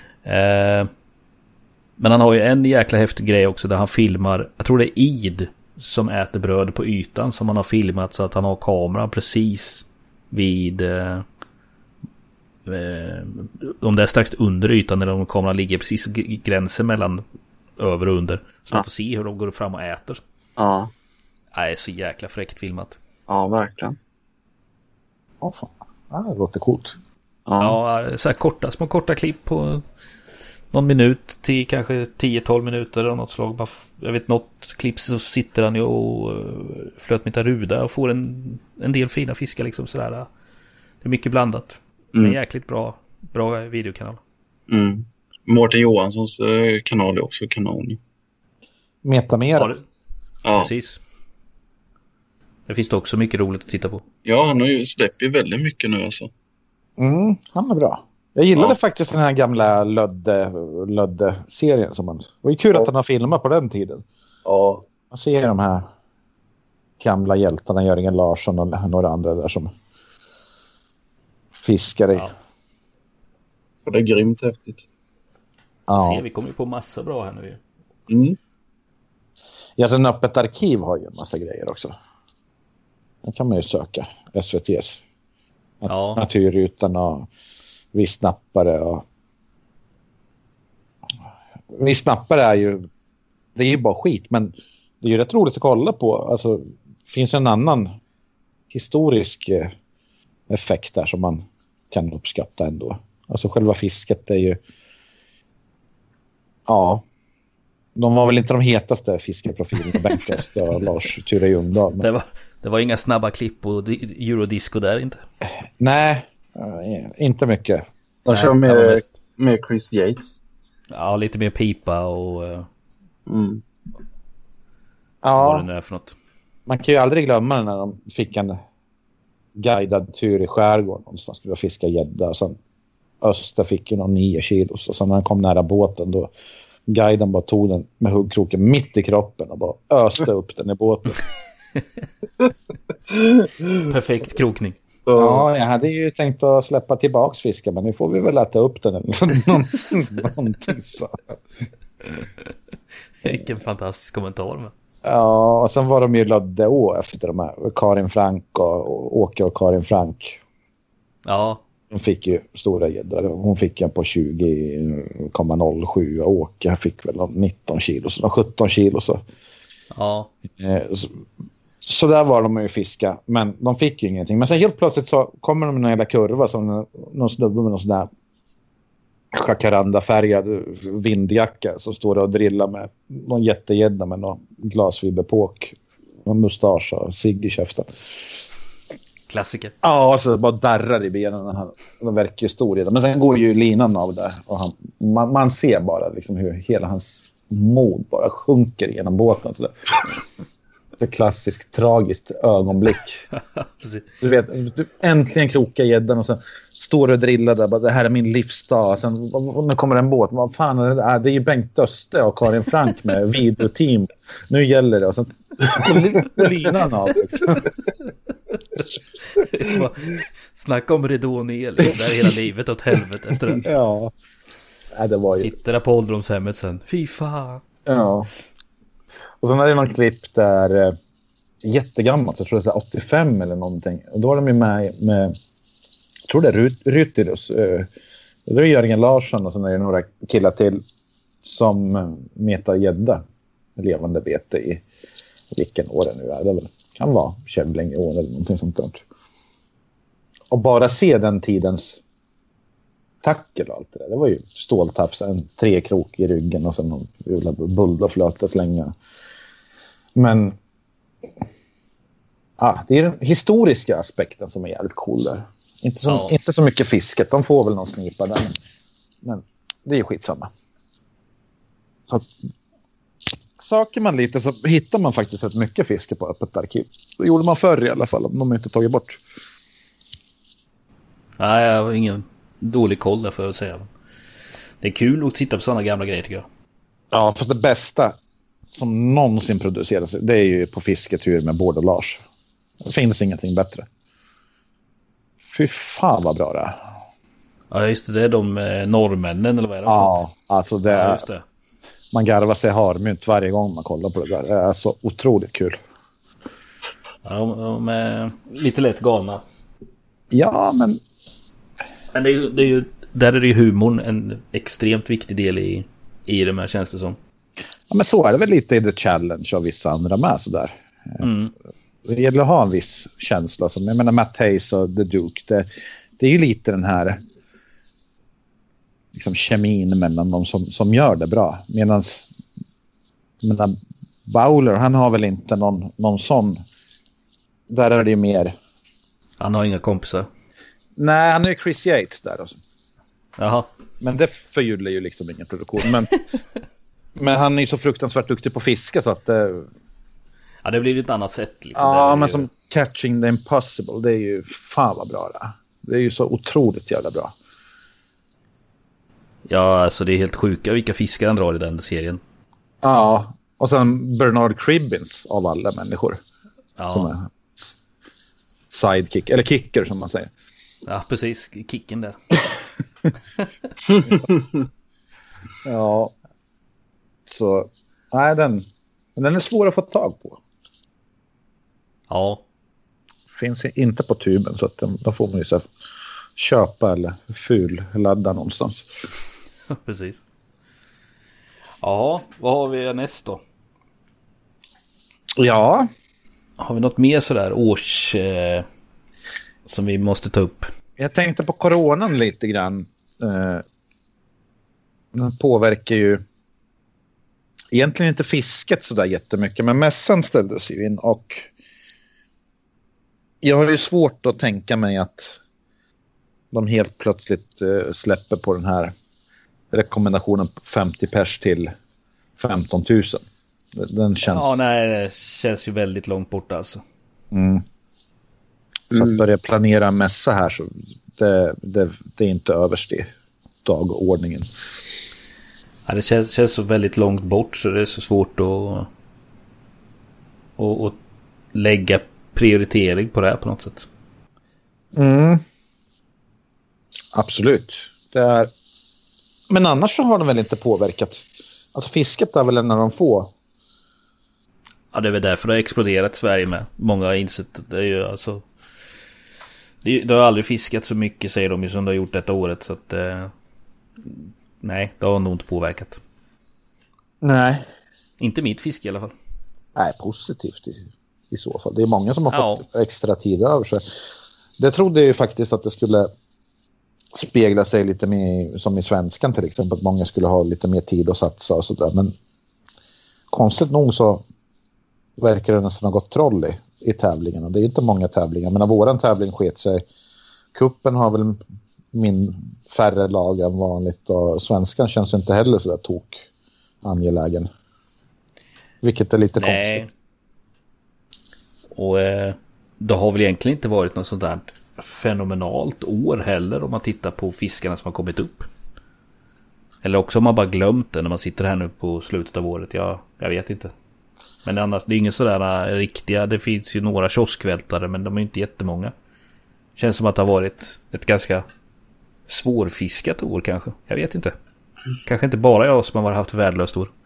Men han har ju en jäkla häftig grej också där han filmar, jag tror det är Id som äter bröd på ytan som han har filmat så att han har kameran precis vid om det är strax under ytan när de kameran ligger precis i gränsen mellan över och under. Så man får se hur de går fram och äter. Ja. Nej, så jäkla fräckt filmat. Ja, verkligen. Fan. Ja, det låter coolt. Ja, så här små korta klipp på någon minut till kanske 10-12 minuter eller något slag. Jag vet något klipp så sitter han ju och flöt med ruda och får en del fina fiskar liksom sådär. Det är mycket blandat. En jäkligt bra videokanal. Mårten Johanssons kanal är också kanon. Metamera. Ja. Precis. Det finns det också mycket roligt att titta på. Ja, han har ju släppt ju väldigt mycket nu alltså. Han är bra. Jag gillade faktiskt den här gamla Lödde-serien. Det var ju kul att han har filmat på den tiden. Ja. Man ser de här gamla hjältarna, Jörgen Larsson och några andra där som fiskar i. Ja. Och det är grymt häftigt. Ja. Vi kommer ju på massa bra här nu. Ja, sen Öppet arkiv har ju en massa grejer också. Det kan man ju söka. SVT:s. Naturrutan och Vissnappare och Vissnappare är ju, det är ju bara skit, men det är ju rätt roligt att kolla på. Alltså, finns en annan historisk effekt där som man kan uppskatta ändå. Alltså själva fisket är ju, de var väl inte de hetaste fiskeprofilerna, Bänkast och Lars Ture Ljungdahl. Men... Det var inga snabba klipp och eurodisco där inte. Nej, inte mycket. De kör med Chris Yates. Ja, lite mer pipa och ja, vad det nu är för något. Man kan ju aldrig glömma när de fick en guidad tur i skärgården någonstans, skulle fiska gädda, och sen Öster fick ju någon 9 kilo, och sen när han kom nära båten då guiden bara tog den med huggkroken mitt i kroppen och bara öste upp den i båten. Perfekt krokning. Ja, jag hade ju tänkt att släppa tillbaks fisken, men nu får vi väl äta upp den eller någonting så. Vilken fantastisk kommentar. Men. Ja, och sen var de ju Löddeå efter de här Karin Frank och Åke och Karin Frank. Ja. Hon fick ju stora gäddor. Hon fick en på 20,07 och Åke fick väl 19 kilo, så 17 kilo så. Ja. Så där var de ju fiska, men de fick ju ingenting. Men sen helt plötsligt så kommer de med en jävla kurva som någon snubbe med någon sån där jacaranda-färgad vindjacka som står och drillar med någon jättegädda med någon glasfiberpåk, någon mustasch och cigg i käften. Klassiker. Ja, alltså bara darrar i benen. Han verkar ju stor redan. Men sen går ju linan av där. Och man ser bara liksom hur hela hans mod bara sjunker genom båten. Så ett klassiskt tragiskt ögonblick. Du vet, du äntligen krokar gäddan och sen står och drillar där. Bara, det här är min livsdag. Sen nu kommer en båt. Vad fan är det där? Det är ju Bengt Öste och Karin Frank med videoteam. Nu gäller det. Och sen på linan av liksom. Snacka om ridå ner. Där är hela livet åt helvete efter den. Ja. Det var ju... Sitter där på ålderdomshemmet sen. Fy fan. Ja. Och sen är det någon klipp där jättegammalt, så jag tror det är 85 eller någonting. Och då var de ju med jag tror det är Rytyrus. Det är Jörgen Larsson och sen är det några killar till som metar gädda levande bete i vilken år det nu är. Det väl, kan vara Kävlinge år eller någonting sånt där. Och bara se den tidens tackel och allt det där. Det var ju ståltafs, en 3-krok i ryggen och sen någon bulldoflöte slänga. Men det är den historiska aspekten som är jävligt cool där. Inte så mycket fisket. De får väl någon snipa där. Men det är ju skitsamma. Så söker man lite så hittar man faktiskt ett mycket fiske på Öppet arkiv. Det gjorde man förr i alla fall, om de inte tagit bort. Nej, jag har ingen dålig koll där för att säga. Det är kul att titta på sådana gamla grejer tycker jag. Ja, fast det bästa som någonsin produceras, det är ju på fisketur med Bård och Lars. Det finns ingenting bättre. Fy fan vad bra det är. Ja, just det. Det är de norrmännen eller vad är det? Ja, alltså det är... Just det. Man garvar sig harmynt varje gång man kollar på det där. Det är så otroligt kul. Ja, de är lite lätt galna. Ja, men... Men det är ju, där är det ju humorn en extremt viktig del i de här, känns det som. Ja, men så är det väl lite i The Challenge och vissa andra med sådär. Det gäller att ha en viss känsla. Som, jag menar Matt Hayes och The Duke. Det är ju lite den här liksom kemin mellan de som gör det bra. Medan Bowler, han har väl inte någon sån. Där är det ju mer. Han har inga kompisar. Nej, han är ju Chris Yates där också. Jaha. Men det förgyller ju liksom ingen produktion. Men han är ju så fruktansvärt duktig på fiske så att... Ja, det blir ju ett annat sätt. Liksom. Ja, men ju... som Catching the Impossible, det är ju fan vad bra det. Det är ju så otroligt jävla bra. Ja, alltså det är helt sjuka vilka fiskar han drar i den serien. Ja, och sen Bernard Cribbins av alla människor. Ja. Som är sidekick, eller kicker som man säger. Ja, precis. Kicken där. Ja. Så, nej, den är svår att få tag på. Ja. Finns inte på tuben så att då får man ju så köpa eller ladda någonstans. Precis. Ja, vad har vi näst då? Ja. Har vi något mer sådär som vi måste ta upp? Jag tänkte på coronan lite grann. Den påverkar ju egentligen inte fisket sådär jättemycket, men mässan ställdes ju in och jag har ju svårt att tänka mig att de helt plötsligt släpper på den här rekommendationen 50 pers till 15 000. Den känns... Ja, nej, det känns ju väldigt långt bort alltså. Så att börja planera en mässa här så det är inte överst i dagordningen. Ja, det känns så väldigt långt bort så det är så svårt att lägga prioritering på det här på något sätt. Absolut. Men annars så har de väl inte påverkat. Alltså fisket är väl en av de få. Ja, det är väl därför det har exploderat i Sverige med. Många har insett att det är ju alltså... Det har aldrig fiskat så mycket, säger de ju, som det har gjort detta året. Så att... nej, det har nog inte påverkat. Nej. Inte mitt fiske i alla fall. Nej, positivt i så fall. Det är många som har fått extra tid över sig. Det trodde jag ju faktiskt att det skulle spegla sig lite mer som i svenskan till exempel. Att många skulle ha lite mer tid att satsa och sådär. Men konstigt nog så verkar det nästan ha gått troll i tävlingarna. Det är inte många tävlingar. Men våran tävling sket sig. Kuppen har väl färre lag än vanligt. Och svenskan känns inte heller så där angelägen. Vilket är lite konstigt. Och det har väl egentligen inte varit något sånt där fenomenalt år heller om man tittar på fiskarna som har kommit upp. Eller också har man bara glömt det när man sitter här nu på slutet av året. Jag vet inte. Men annars, det är ingen sådär riktiga. Det finns ju några kioskvältare, men de är inte jättemånga. Känns som att det har varit ett ganska svårfiskat år kanske. Jag vet inte. Kanske inte bara jag som har haft värdelöst år.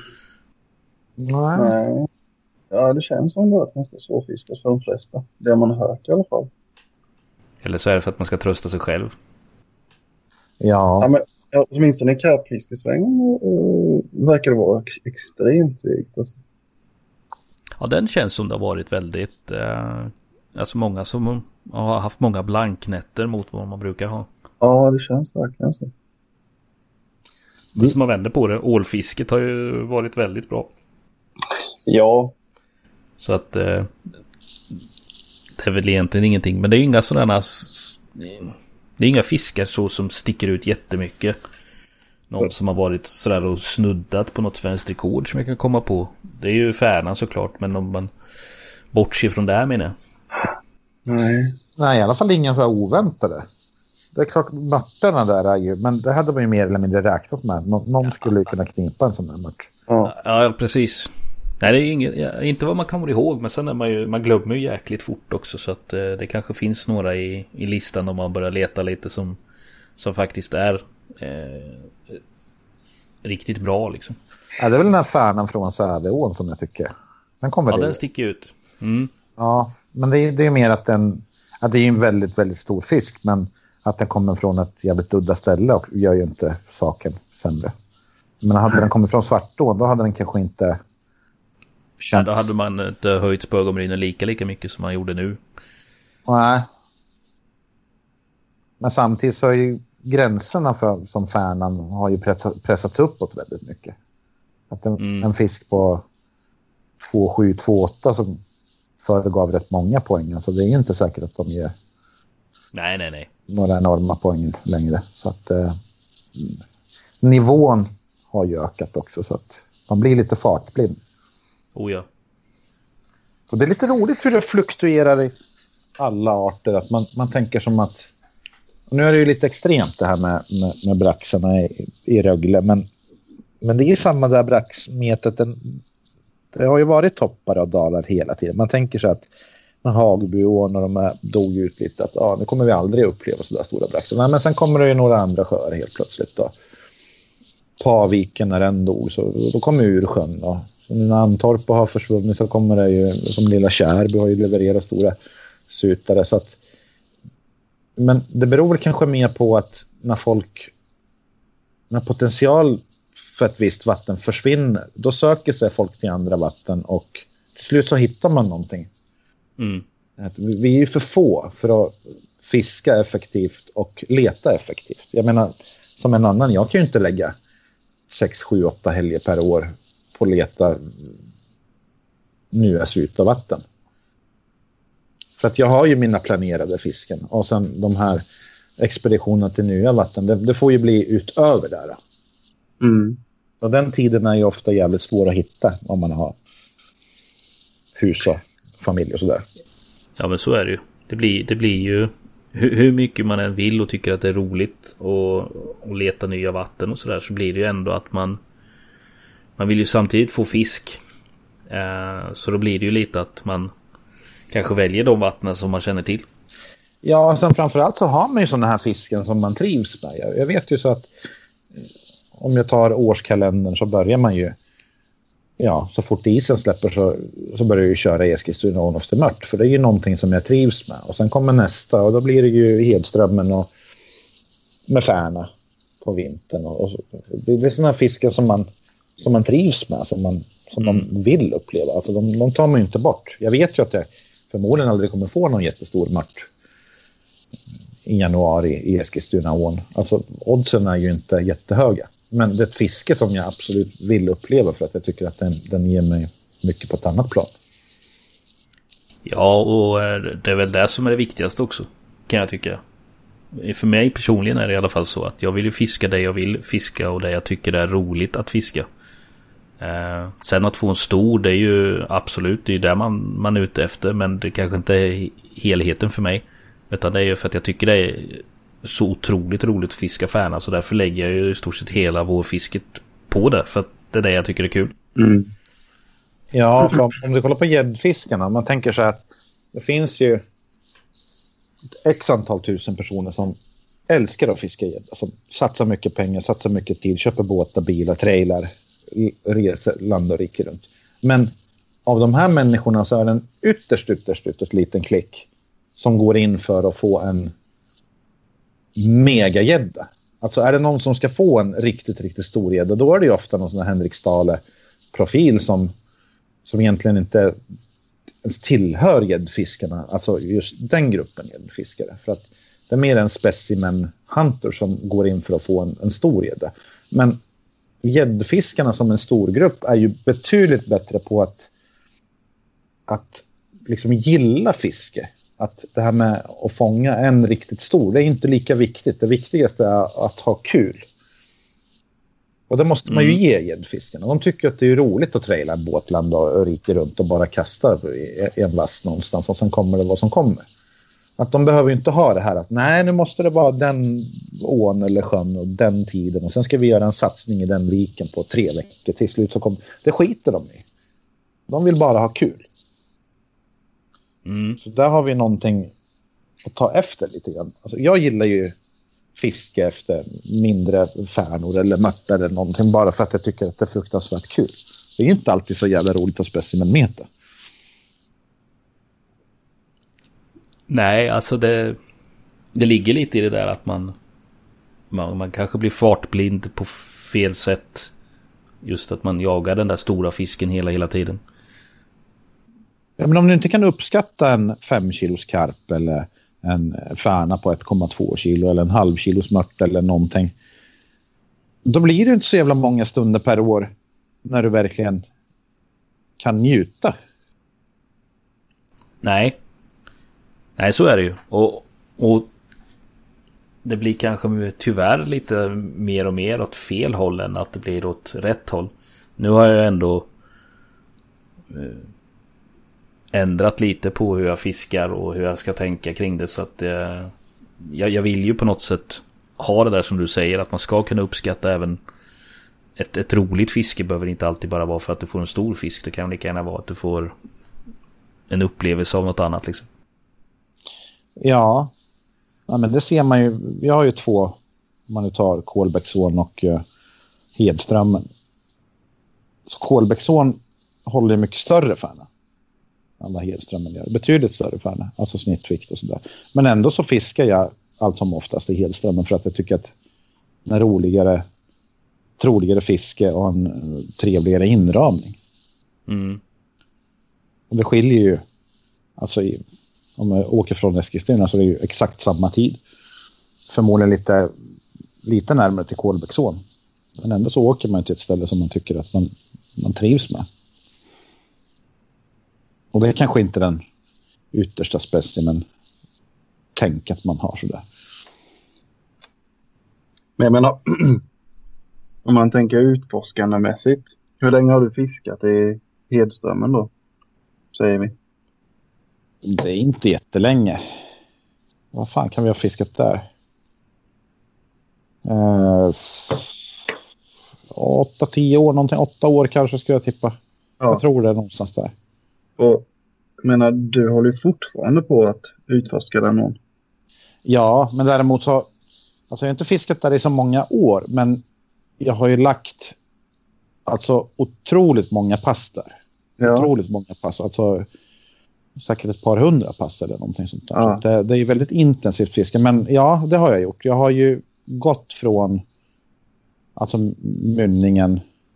Nej. Ja, det känns som det var ganska svårfiskat för de flesta. Det har man hört i alla fall. Eller så är det för att man ska trösta sig själv. Ja. Men åtminstone i karpfiskesvängen verkar det vara extremt segt. Alltså. Ja, den känns som det har varit väldigt... alltså många som har haft många blanknätter mot vad man brukar ha. Ja, det känns verkligen så. Det som man vänder på det, ålfisket har ju varit väldigt bra. Ja. Så att det är väl egentligen ingenting. Men det är ju inga sådana... Det är inga fiskar så som sticker ut jättemycket. Någon som har varit sådär och snuddat på något svenskt rekord som jag kan komma på. Det är ju färnan såklart, men om man bortser från det här menar jag. Nej, i alla fall inga så här oväntade. Det är klart, matcherna där är ju, men det hade man ju mer eller mindre räknat med. Någon skulle ju kunna knipa en sån här match. Ja, precis. Nej, det är inte vad man kommer ihåg, men sen är man glömmer ju jäkligt fort också, så att det kanske finns några i listan om man börjar leta lite som faktiskt är riktigt bra liksom. Ja, det är väl den här färnan från Säveån som jag tycker. Den kommer den sticker ut. Ja, men det är mer att att det är en väldigt, väldigt stor fisk, men att den kommer från ett jävligt udda ställe och gör ju inte saken sämre. Men hade den kommit från Svartån, då hade den kanske inte känts... Ja, då hade man inte höjt spögomrynen lika mycket som man gjorde nu. Nej. Men samtidigt så är ju gränserna för, som Färnan har ju pressats uppåt väldigt mycket. Att en fisk på 2,7, 2,8 som föregav rätt många poäng. Alltså det är ju inte säkert att de ger Nej. några enorma poäng längre. Så att nivån har ju ökat också, så att man blir lite fartblind. Oh ja. Och det är lite roligt hur det fluktuerar i alla arter. Att man tänker som att... Nu är det ju lite extremt det här med braxarna i Rögle. Men det är ju samma där braxmetet. Det har ju varit toppar och dalar hela tiden. Man tänker sig att när Hagbyån och de dog ut lite. Att nu kommer vi aldrig uppleva så där stora braxar. Men sen kommer det ju några andra sjöar helt plötsligt då. Paviken när den dog, så då kommer Ursjön då. Så när Antorp har försvunnit så kommer det ju, som lilla Kärby har ju levererat stora sutare, så att, men det beror kanske mer på att när potential för ett visst vatten försvinner, då söker sig folk till andra vatten och till slut så hittar man någonting. Vi är ju för få för att fiska effektivt och leta effektivt. Jag menar, som en annan, jag kan ju inte lägga 6, 7, 8 helger per år på att leta nya sluta vatten. För att jag har ju mina planerade fisken. Och sen de här expeditionerna till nya vatten, det får ju bli utöver där. Och den tiden är ju ofta jävligt svår att hitta om man har hus och familj och sådär. Ja, men så är det ju. Det blir ju hur mycket man än vill och tycker att det är roligt och leta nya vatten och sådär, så blir det ju ändå att man vill ju samtidigt få fisk. Så då blir det ju lite att man kanske väljer de vattnen som man känner till. Ja, sen framförallt så har man ju sådana här fisken som man trivs med. Jag vet ju så att om jag tar årskalendern så börjar man ju, så fort isen släpper så börjar jag ju köra Eskilstuna och Oftermört, för det är ju någonting som jag trivs med. Och sen kommer nästa och då blir det ju Hedströmmen och med Färna på vintern. Och det är sådana här fiskar som man trivs med, som man vill uppleva. Alltså de tar man ju inte bort. Jag vet ju att jag förmodligen aldrig kommer få någon jättestor mört i januari i Eskilstunaån. Alltså oddsen är ju inte jättehöga. Men det är ett fiske som jag absolut vill uppleva, för att jag tycker att den ger mig mycket på ett annat plan. Ja, och det är väl det som är det viktigaste också, kan jag tycka. För mig personligen är det i alla fall så att jag vill ju fiska det jag vill fiska och det jag tycker det är roligt att fiska. Sen att få en stor, det är ju absolut, det är där man är ute efter, men det kanske inte är helheten för mig, utan det är ju för att jag tycker det är så otroligt roligt att fiska färna, så därför lägger jag ju i stort sett hela vårfisket på det, för att det är det jag tycker är kul. Ja, för om du kollar på gäddfiskarna, man tänker så att det finns ju x antal tusen personer som älskar att fiska gädda, som satsar mycket pengar, satsar mycket tid, köper båtar, bilar, trailar, reser land och rike runt. Men av de här människorna så är det en ytterst liten klick som går in för att få en megagädda. Alltså är det någon som ska få en riktigt stor gädda, då är det ju ofta någon sån här Henrik Stahle-profil som egentligen inte ens tillhör gäddfiskarna. Alltså just den gruppen gäddfiskare. För att det är mer en specimen hunter som går in för att få en stor gädda. Men gäddfiskarna som en stor grupp är ju betydligt bättre på att liksom gilla fiske. Att det här med att fånga en riktigt stor, det är inte lika viktigt. Det viktigaste är att ha kul. Och det måste man ju ge gäddfiskarna. De tycker att det är roligt att traila båtland och rika runt och bara kasta i en vass någonstans och sen kommer det vad som kommer. Att de behöver ju inte ha det här att nej, nu måste det vara den ån eller sjön och den tiden och sen ska vi göra en satsning i den viken på 3 veckor. Till slut så kommer det, skiter de i. De vill bara ha kul. Så där har vi någonting att ta efter lite grann. Alltså, jag gillar ju fiske efter mindre färnor eller mörtar eller någonting, bara för att jag tycker att det är fruktansvärt kul. Det är ju inte alltid så jävla roligt att specimenmeta. Nej, alltså det ligger lite i det där att man kanske blir fartblind på fel sätt. Just att man jagar den där stora fisken hela tiden. Ja, men om du inte kan uppskatta en 5 kilos karp eller en färna på 1,2 kilo eller en halv kilos mört eller någonting, då blir det inte så jävla många stunder per år när du verkligen kan njuta. Nej, så är det ju. Och det blir kanske tyvärr lite mer och mer åt fel håll än att det blir åt rätt håll. Nu har jag ändå ändrat lite på hur jag fiskar och hur jag ska tänka kring det, så att jag vill ju på något sätt ha det där som du säger, att man ska kunna uppskatta även ett roligt fiske. Behöver inte alltid bara vara för att du får en stor fisk. Det kan lika gärna vara att du får en upplevelse av något annat liksom. Ja, men det ser man ju. Vi har ju 2, om man nu tar Kolbäcksån och Hedströmmen. Så Kolbäcksån håller mycket större färna än vad Hedströmmen gör. Betydligt större färna, alltså snittvikt och sådär. Men ändå så fiskar jag allt som oftast i Hedströmmen för att jag tycker att det är troligare fiske och en trevligare inramning. Och det skiljer ju, alltså om jag åker från Eskilstuna så är det ju exakt samma tid. Förmodligen lite närmare till Kolbäcksån. Men ändå så åker man till ett ställe som man tycker att man trivs med. Och det är kanske inte den yttersta specimen tänk att man har sådär. Men jag menar, om man tänker utforskandemässigt, hur länge har du fiskat i Hedströmmen då? Säger vi. Det är inte jättelänge. Vad fan kan vi ha fiskat där? 8-10 år någonting. 8 år kanske skulle jag tippa. Ja. Jag tror det är någonstans där. Och jag menar, du håller ju fortfarande på att utforska den någon. Ja, men däremot så, alltså jag har inte fiskat där i så många år, men jag har ju lagt alltså otroligt många pass där. Ja. Otroligt många pass, alltså säkert ett par 100 pass eller någonting sånt där. Ja. Så det är ju väldigt intensivt fiske, men ja, det har jag gjort. Jag har ju gått från alltså mynningen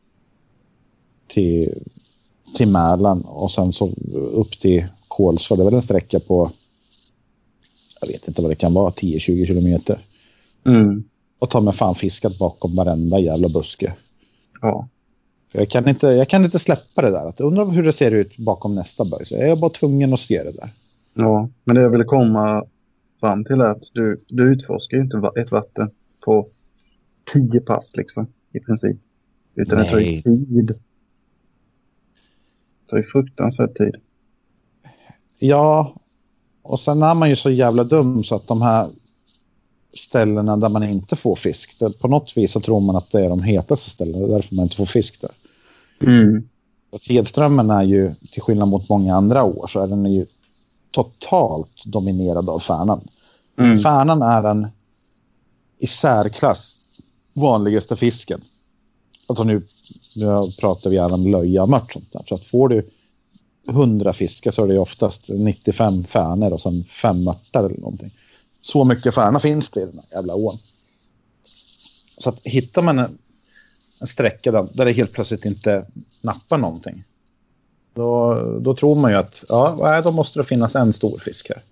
till Mälaren och sen så upp till Kolsva. Det är väl en sträcka på, jag vet inte vad det kan vara, 10-20 kilometer. Och ta med fan fiskat bakom varenda jävla buske. Ja. För jag kan inte släppa det där. Att undra hur det ser ut bakom nästa böj. Så jag är bara tvungen att se det där. Ja, men det jag ville komma fram till är att du utforskar ju inte ett vatten på 10 pass liksom, i princip. Utan det tar ju tid. Det tar ju fruktansvärd tid. Ja, och sen är man ju så jävla dum så att de här ställena där man inte får fisk, på något vis så tror man att det är de hetaste ställena, det är därför man inte får fisk där. Och Hedströmmen är ju, till skillnad mot många andra år, så är den ju totalt dominerad av färnan. Färnan är den i särklass vanligaste fisken. Alltså nu pratar vi gärna om löja och mört sånt där. Så att får du 100 fiskar så är det oftast 95 färnor och sen 5 mörtar eller någonting. Så mycket färna finns det i den här jävla ån. Så att hittar man en sträcka där det helt plötsligt inte nappar någonting, då tror man ju att då måste det finnas en stor fisk här.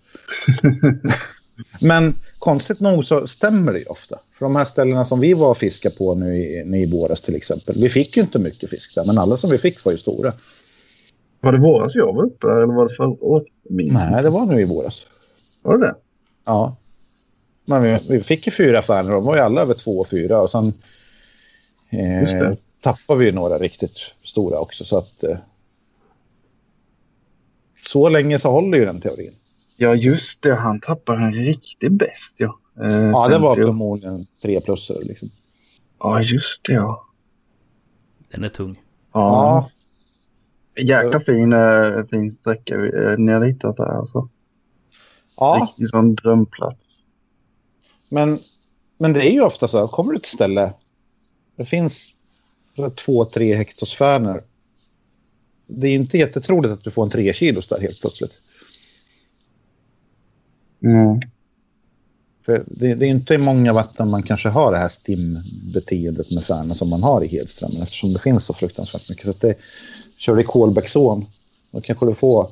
Men konstigt nog så stämmer det ju ofta. För de här ställena som vi var och fiskade på nu i våras till exempel, vi fick ju inte mycket fisk där, men alla som vi fick var ju stora. Var det våras jag var uppe eller var det förra året? Nej, det var nu i våras. Var det? Ja. Men vi fick ju 4 färnor, de var ju alla över 2 och 4 och sen tappade vi ju några riktigt stora också, så att så länge så håller ju den teorin. Ja, just det. Han tappar en riktigt bäst, ja. Ja, det var förmodligen 3+ liksom. Ja, just det, ja. Den är tung. Ja. Jäkla fin sträcka ni har hittat där, alltså. Ja. Riktigt sån drömplats. Men det är ju ofta så, kommer du till ett ställe, det finns 2-3 hektosfärner. Det är inte jättetroligt att du får en 3 kilos där helt plötsligt. För det är inte i många vatten man kanske har det här stimbeteendet med färna som man har i Hedströmmen, eftersom det finns så fruktansvärt mycket. Så att det, kör du i Kolbäcksån, då kanske du får,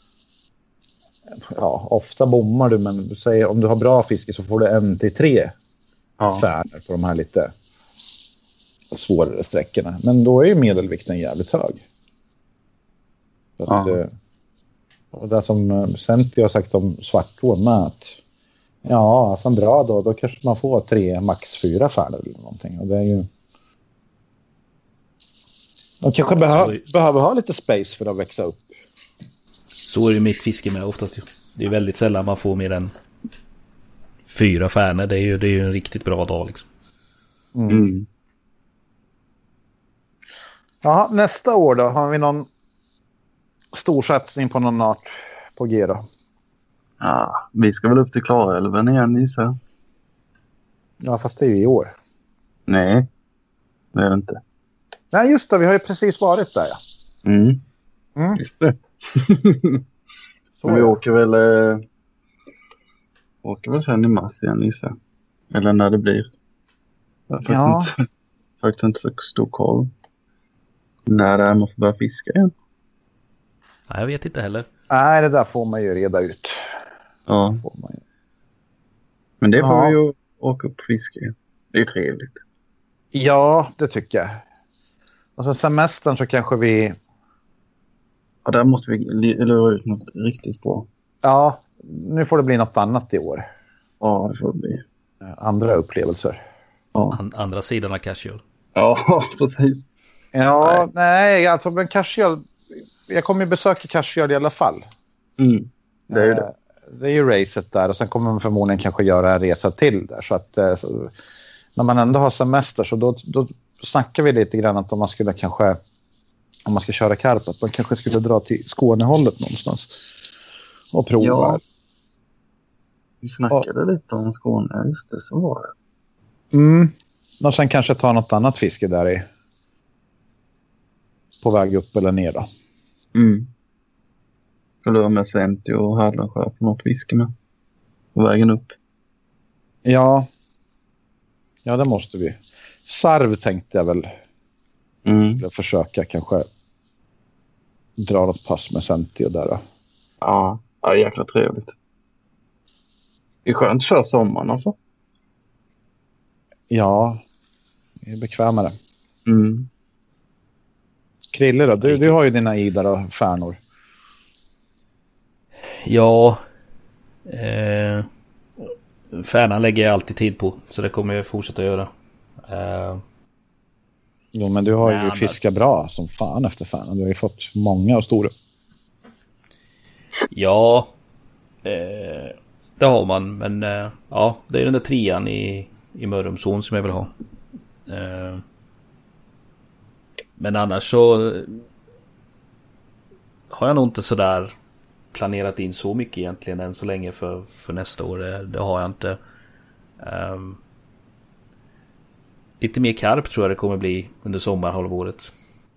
ja, ofta bommar du, men du säger, om du har bra fiske så får du 1-3 färnor på de här lite svårare sträckorna. Men då är ju medelvikten jävligt hög. Så att, och det som Senti har sagt om svartån med att ja, alltså bra då kanske man får 3, max 4 färder eller någonting. Och det är ju... De kanske behöver ha lite space för att växa upp. Så är det mitt fiske med oftast. Det är väldigt sällan man får mer än 4 färner. Det är ju en riktigt bra dag liksom. Ja, nästa år då har vi någon stor satsning på någon art på G då? Ja, vi ska väl upp till Klarälven igen, gissar jag. Ja, fast det är ju i år. Nej, det är det inte. Nej, just det. Vi har ju precis varit där, ja. Just det. Så vi åker väl sen i mars igen, gissar jag. Eller när det blir. Jag har faktiskt inte så stor koll. När det är man får börja fiska igen. Nej, jag vet inte heller. Nej, det där får man ju reda ut. Ja. Får man ju. Men det får vi ju åka upp och fiska igen. Det är trevligt. Ja, det tycker jag. Och så semestern så kanske vi... Ja, där måste vi lura ut något riktigt bra. Ja, nu får det bli något annat i år. Ja, det får det bli. Andra upplevelser. Ja. Andra sidan av casual. Ja, precis. Ja, nej alltså men casual... Jag kommer ju besöka casual i alla fall. Det är ju det. Det är ju racet där och sen kommer man förmodligen kanske göra en resa till där. Så att så, när man ändå har semester så då snackar vi lite grann att om man skulle kanske, om man ska köra karp, att man kanske skulle dra till Skånehållet någonstans och prova. Ja. Vi snackade lite om Skåne, just det, så var det. Och sen kanske ta något annat fiske där i på väg upp eller ner då. Skulle ha med Senti och Harlandsjö på något fiske med. På vägen upp. Ja, det måste vi. Sarv tänkte jag väl. Försöka kanske dra något pass med Senti och där då. Ja, jäkla trevligt. Det är skönt att köra sommaren alltså. Ja, det är bekvämare. Krille då, du har ju dina idar och färnor. Ja, färnan lägger jag alltid tid på, så det kommer jag fortsätta göra. Jo, men du har ju fiskat bra som fan efter färnan. Du har ju fått många och stora. Ja, det har man, men ja, det är den där 3:an i Mörrumsån som jag vill ha. Men annars så har jag nog inte sådär planerat in så mycket egentligen än så länge för nästa år. Det har jag inte. Lite mer karp tror jag det kommer bli under sommarhalvåret.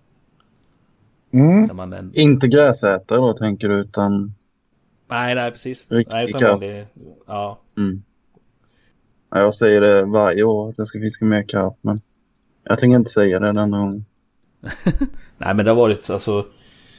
Inte gräsätare då tänker du, utan... Nej, precis. Nej, utan vanlig, ja. Jag säger det varje år att jag ska fiska mer karp, men jag tänker inte säga det den gången. Nej, men det har varit alltså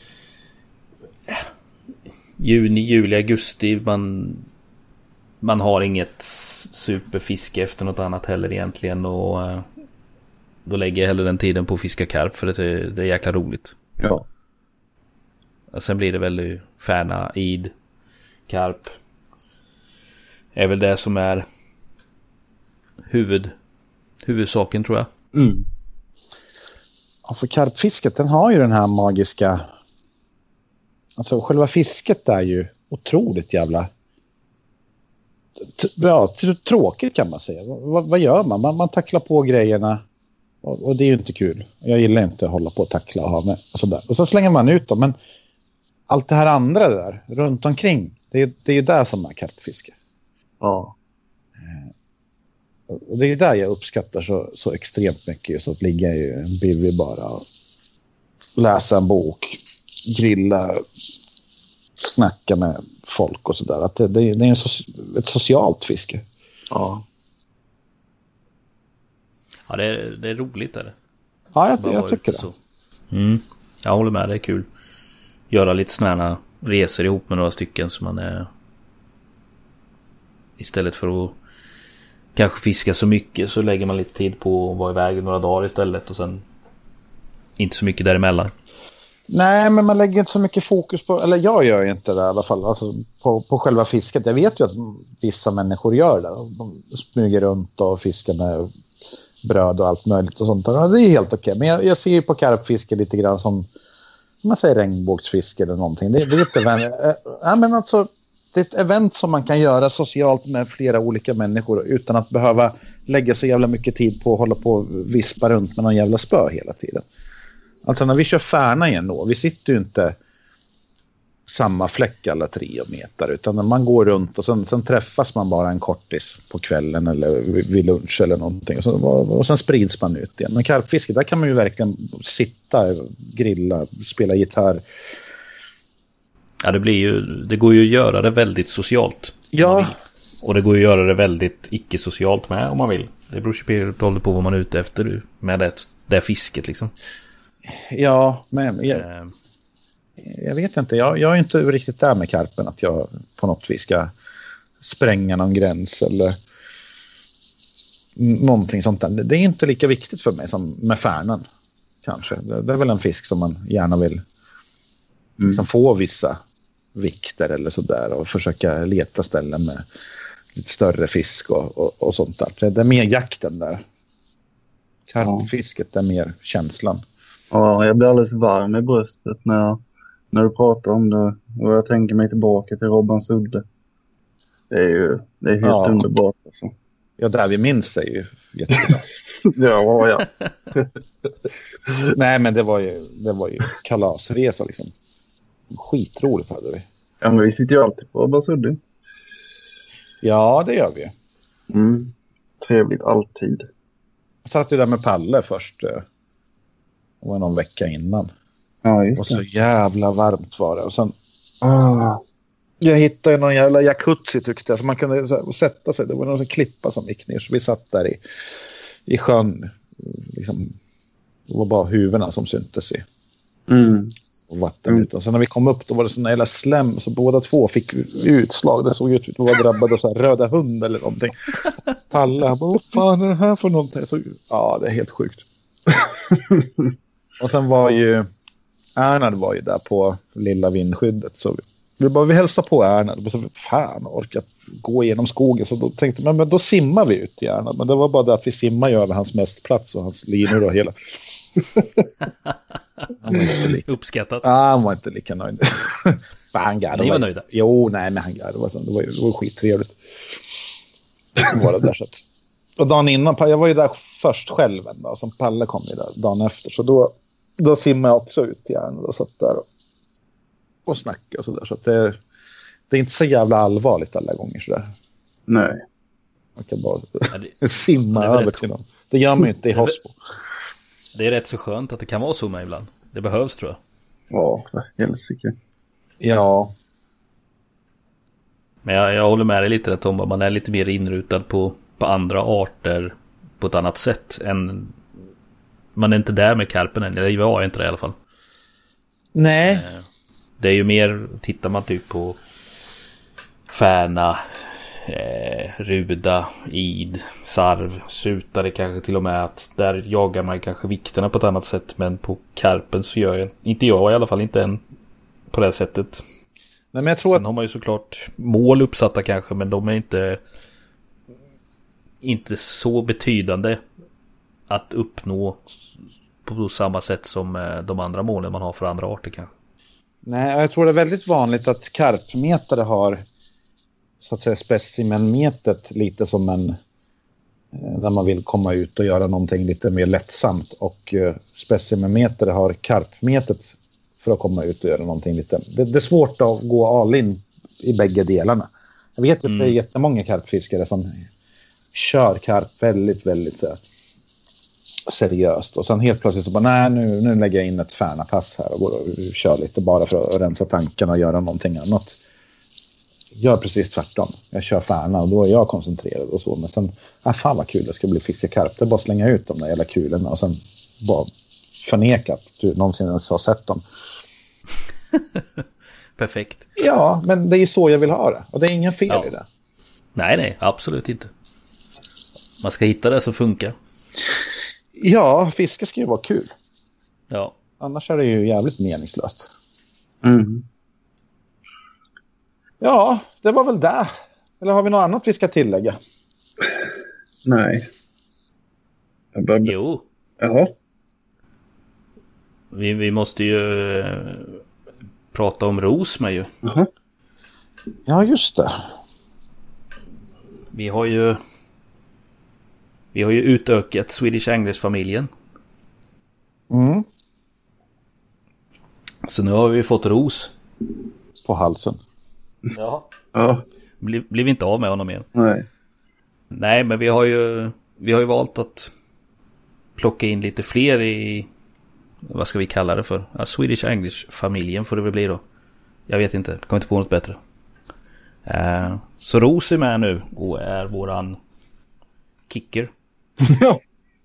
juni, juli, augusti, man har inget superfiske efter något annat heller egentligen, och då lägger jag hellre den tiden på att fiska karp för det är jäkla roligt. Ja. Och sen blir det väl färna, id, karp är väl det som är huvudsaken tror jag. Ja, för karpfisket, den har ju den här magiska, alltså själva fisket är ju otroligt jävla tråkigt kan man säga. Vad gör man? Man tacklar på grejerna och det är ju inte kul. Jag gillar inte att hålla på och tackla och ha med och sådär. Och så slänger man ut dem, men allt det här andra där runt omkring, det är ju där som är karpfiske. Ja. Och det är där jag uppskattar så extremt mycket, just att ligga i en bivy bara och läsa en bok, grilla snacka med folk och sådär. Att det är ett socialt fiske. Ja. Ja, det är roligt är det. Ja, jag tycker det. Så. Jag håller med, det är kul. Göra lite sådana resor ihop med några stycken som man är... Istället för att kanske fiska så mycket så lägger man lite tid på att vara iväg några dagar istället och sen inte så mycket däremellan. Nej, men man lägger inte så mycket fokus på, eller jag gör inte det i alla fall, alltså på själva fisket. Jag vet ju att vissa människor gör det. De smyger runt och fiskar med bröd och allt möjligt och sånt. Det är helt okej. Men jag ser ju på karpfiske lite grann som man säger regnbågsfiske eller någonting. Det är ett event. Ja, men alltså, det är ett event som man kan göra socialt med flera olika människor utan att behöva lägga så jävla mycket tid på att hålla på och vispa runt med någon jävla spö hela tiden. Alltså när vi kör färna igen då, vi sitter ju inte samma fläck alla 3 meter, utan när man går runt och sen träffas man bara en kortis på kvällen eller vid lunch eller någonting och sen sprids man ut igen. Men karpfiske, där kan man ju verkligen sitta, grilla, spela gitarr. Ja, det går ju att göra det väldigt socialt. Ja. Och det går ju att göra det väldigt icke-socialt med om man vill. Det beror ju på vad man är ute efter med det fisket liksom. Ja, men jag vet inte. Jag är inte riktigt där med karpen att jag på något vis ska spränga någon gräns eller någonting sånt där. Det är inte lika viktigt för mig som med färnan kanske. Det är väl en fisk som man gärna vill liksom få vissa vikter eller sådär och försöka leta ställen med lite större fisk och sånt där. Det är mer jakten där. Karpfisket är mer känslan. Ja, jag blir alldeles varm i bröstet när du pratar om det. Och jag tänker mig tillbaka till Robbans udde. Det är helt underbart. Alltså. Ja, där vi minns är ju jättebra. ja. Nej, men det var ju kalasresa liksom. Skitroligt hade vi. Ja, men vi sitter ju alltid på Robbans udde. Ja, det gör vi. Trevligt alltid. Jag satt ju där med Palle först. Det var någon vecka innan. Ja, just det. Och så jävla varmt var det. Och sen... Jag hittade någon jävla jacuzzi tyckte jag. Så man kunde sätta sig. Det var någon klippa som gick ner. Så vi satt där i sjön. Liksom, det var bara huvudena som syntes i. Och vatten ut. Och sen när vi kom upp då var det sån jävla slem. Så båda två fick utslag. Det såg ut att vara drabbade av så här röda hund eller någonting. Palle, han bara, vad fan är det här för någonting? Så, ja, det är helt sjukt. Och sen var ju Ernad var ju där på lilla vindskyddet. Så vi hälsade på Ernad. Så fan, orkat gå igenom skogen. Så då tänkte man, men då simmar vi ut i Ernad. Men det var bara det att vi simmar ju över hans mästplats och hans linor och hela. Uppskattat. Han var inte lika nöjd. Ni var nöjda? Jo, nej, men han garvade. Det var skittrevligt. Det var det där så att... Och dagen innan, jag var ju där först själv en dag, som Palle kom ju där dagen efter. Så då simmade jag också ut i Ernad och satt där och snackade och sådär. Så att det är inte så jävla allvarligt alla gånger sådär. Nej. Man kan bara simma över till dem. Det gör man ju inte i Hospo. Det är rätt så skönt att det kan vara så med ibland. Det behövs tror jag. Ja, helsike. Ja. Men jag håller med dig lite där, Tom. Man är lite mer inrutad på andra arter på ett annat sätt än man är inte där med karpen än. Eller jag är inte det i alla fall. Nej. Det är ju mer, tittar man typ på färna, ruda, id, sarv, sutare kanske till och med, att där jagar man kanske vikterna på ett annat sätt, men på karpen så gör jag inte i alla fall inte än på det sättet. Nej, men jag tror Sen har man ju såklart mål uppsatta kanske, men de är inte så betydande att uppnå på samma sätt som de andra målen man har för andra arter kanske. Nej, jag tror det är väldigt vanligt att karpmetare har så att säga specimenmetet lite som en där man vill komma ut och göra någonting lite mer lättsamt, och specimenmetare har karpmetet för att komma ut och göra någonting lite. Det är svårt att gå all in i bägge delarna. Jag vet att det är jättemånga karpfiskare som kör karp väldigt, väldigt så seriöst. Och sen helt plötsligt så bara, nej, nu lägger jag in ett Färna-pass här och går och kör lite bara för att rensa tankarna och göra någonting annat. Gör precis tvärtom. Jag kör Färna och då är jag koncentrerad och så. Men sen, fan vad kul det ska bli fiskekarp. Det är bara att slänga ut de där jävla kulorna och sen bara förneka att du någonsin har sett dem. Perfekt. Ja, men det är ju så jag vill ha det. Och det är ingen fel i det. Nej, absolut inte. Man ska hitta det som funkar. Ja, fiske ska ju vara kul. Ja. Annars är det ju jävligt meningslöst. Mm. Ja, det var väl det. Eller har vi något annat vi ska tillägga? Nej. Jo. Jaha. Vi måste ju prata om ros med ju. Uh-huh. Ja, just det. Vi har ju utökat Swedish Anglers-familjen. Mm. Så nu har vi fått ros. På halsen. Ja. Ja. Blir vi inte av med honom mer. Nej, men vi har ju valt att plocka in lite fler i, vad ska vi kalla det för? Ja, Swedish Anglers-familjen får det väl bli då. Jag vet inte, kommer inte på något bättre. Så Ros är med nu och är våran kicker. Ja.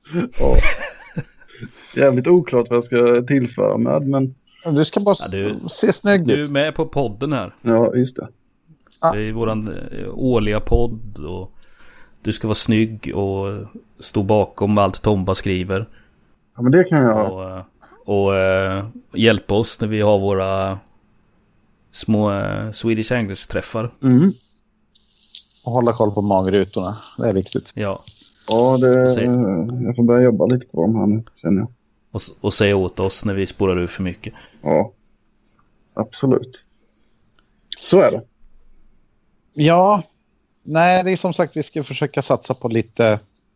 Jävligt oklart vad jag ska tillföra med, men... Du ska bara se snygg ut. Du är med på podden här. Ja, just det. Det är våran årliga podd och du ska vara snygg och stå bakom allt Tomba skriver. Ja, men det kan jag. Och hjälpa oss när vi har våra små Swedish Anglers-träffar. Mm. Och hålla koll på magrutorna. Det är viktigt. Ja. Ja, jag får börja jobba lite på dem här nu, känner jag. Och säga åt oss när vi spårar ur för mycket. Ja, absolut. Så är det. Ja, nej, det är som sagt vi ska försöka satsa på lite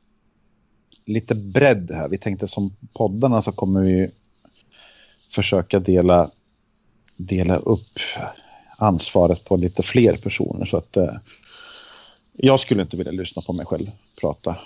bredd här. Vi tänkte som poddarna så kommer vi försöka dela upp ansvaret på lite fler personer så att jag skulle inte vilja lyssna på mig själv prata.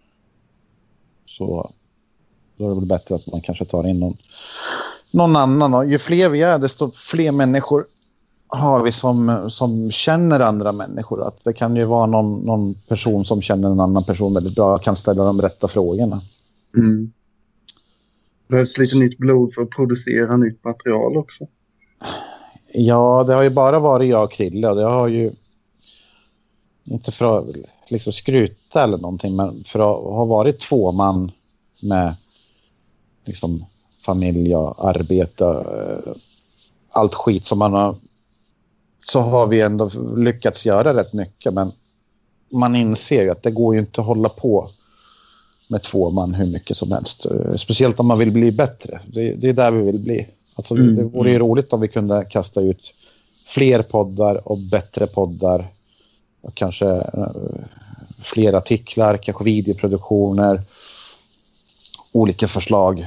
Så då är det väl bättre att man kanske tar in någon annan. Och ju fler vi är, desto fler människor har vi som känner andra människor. Att det kan ju vara någon person som känner en annan person väldigt bra och kan ställa de rätta frågorna. Mm. Behövs lite nytt blod för att producera nytt material också. Ja, det har ju bara varit jag och Krille och det har ju inte för att liksom skryta eller någonting, men för att ha varit 2 man med liksom familj och arbete, allt skit som man har, så har vi ändå lyckats göra rätt mycket, men man inser ju att det går ju inte att hålla på med 2 man hur mycket som helst. Speciellt om man vill bli bättre. Det är där vi vill bli. Alltså, det vore ju roligt om vi kunde kasta ut fler poddar och bättre poddar. Och kanske fler artiklar, kanske videoproduktioner. Olika förslag.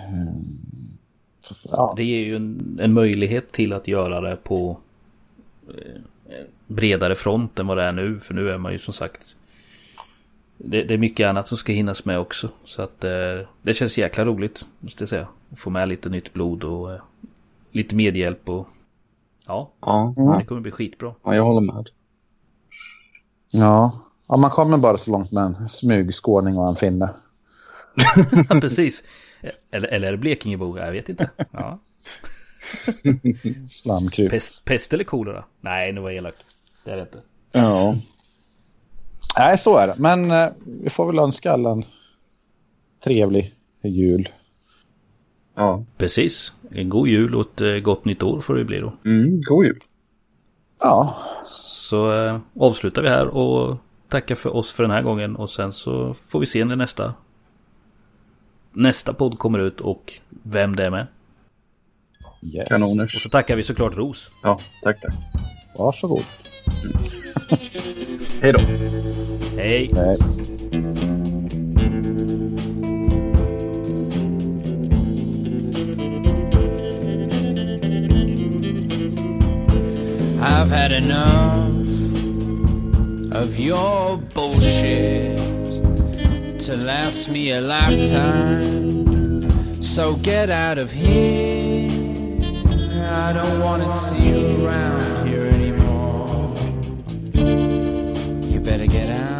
Ja. Det ger ju en möjlighet till att göra det på bredare front än vad det är nu. För nu är man ju som sagt... Det är mycket annat som ska hinnas med också. Så att det känns jäkla roligt, måste jag säga. Att få med lite nytt blod och lite medhjälp och ja. Det kommer bli skitbra. Ja, jag håller med. Ja, man kommer bara så långt med en smygskåning och en finne. Precis. Eller är det Blekingebo? Jag vet inte. Ja. Slamkryp. Pest eller kolera? Nej, nu var elak. Det är det inte. Ja. Nej, så är det. Men vi får väl önska alla en trevlig jul. Ja. Precis. En god jul och ett gott nytt år får det bli då. God jul. Ja. Så avslutar vi här och tackar för oss för den här gången. Och sen så får vi se när nästa podd kommer ut och vem det är med. Yes. Kanoners. Och så tackar vi såklart Ros. Ja, tack. Varsågod. Hej då. Hej. Nej. I've had enough of your bullshit. to last me a lifetime. So get out of here. I don't want to see you around here anymore. You better get out.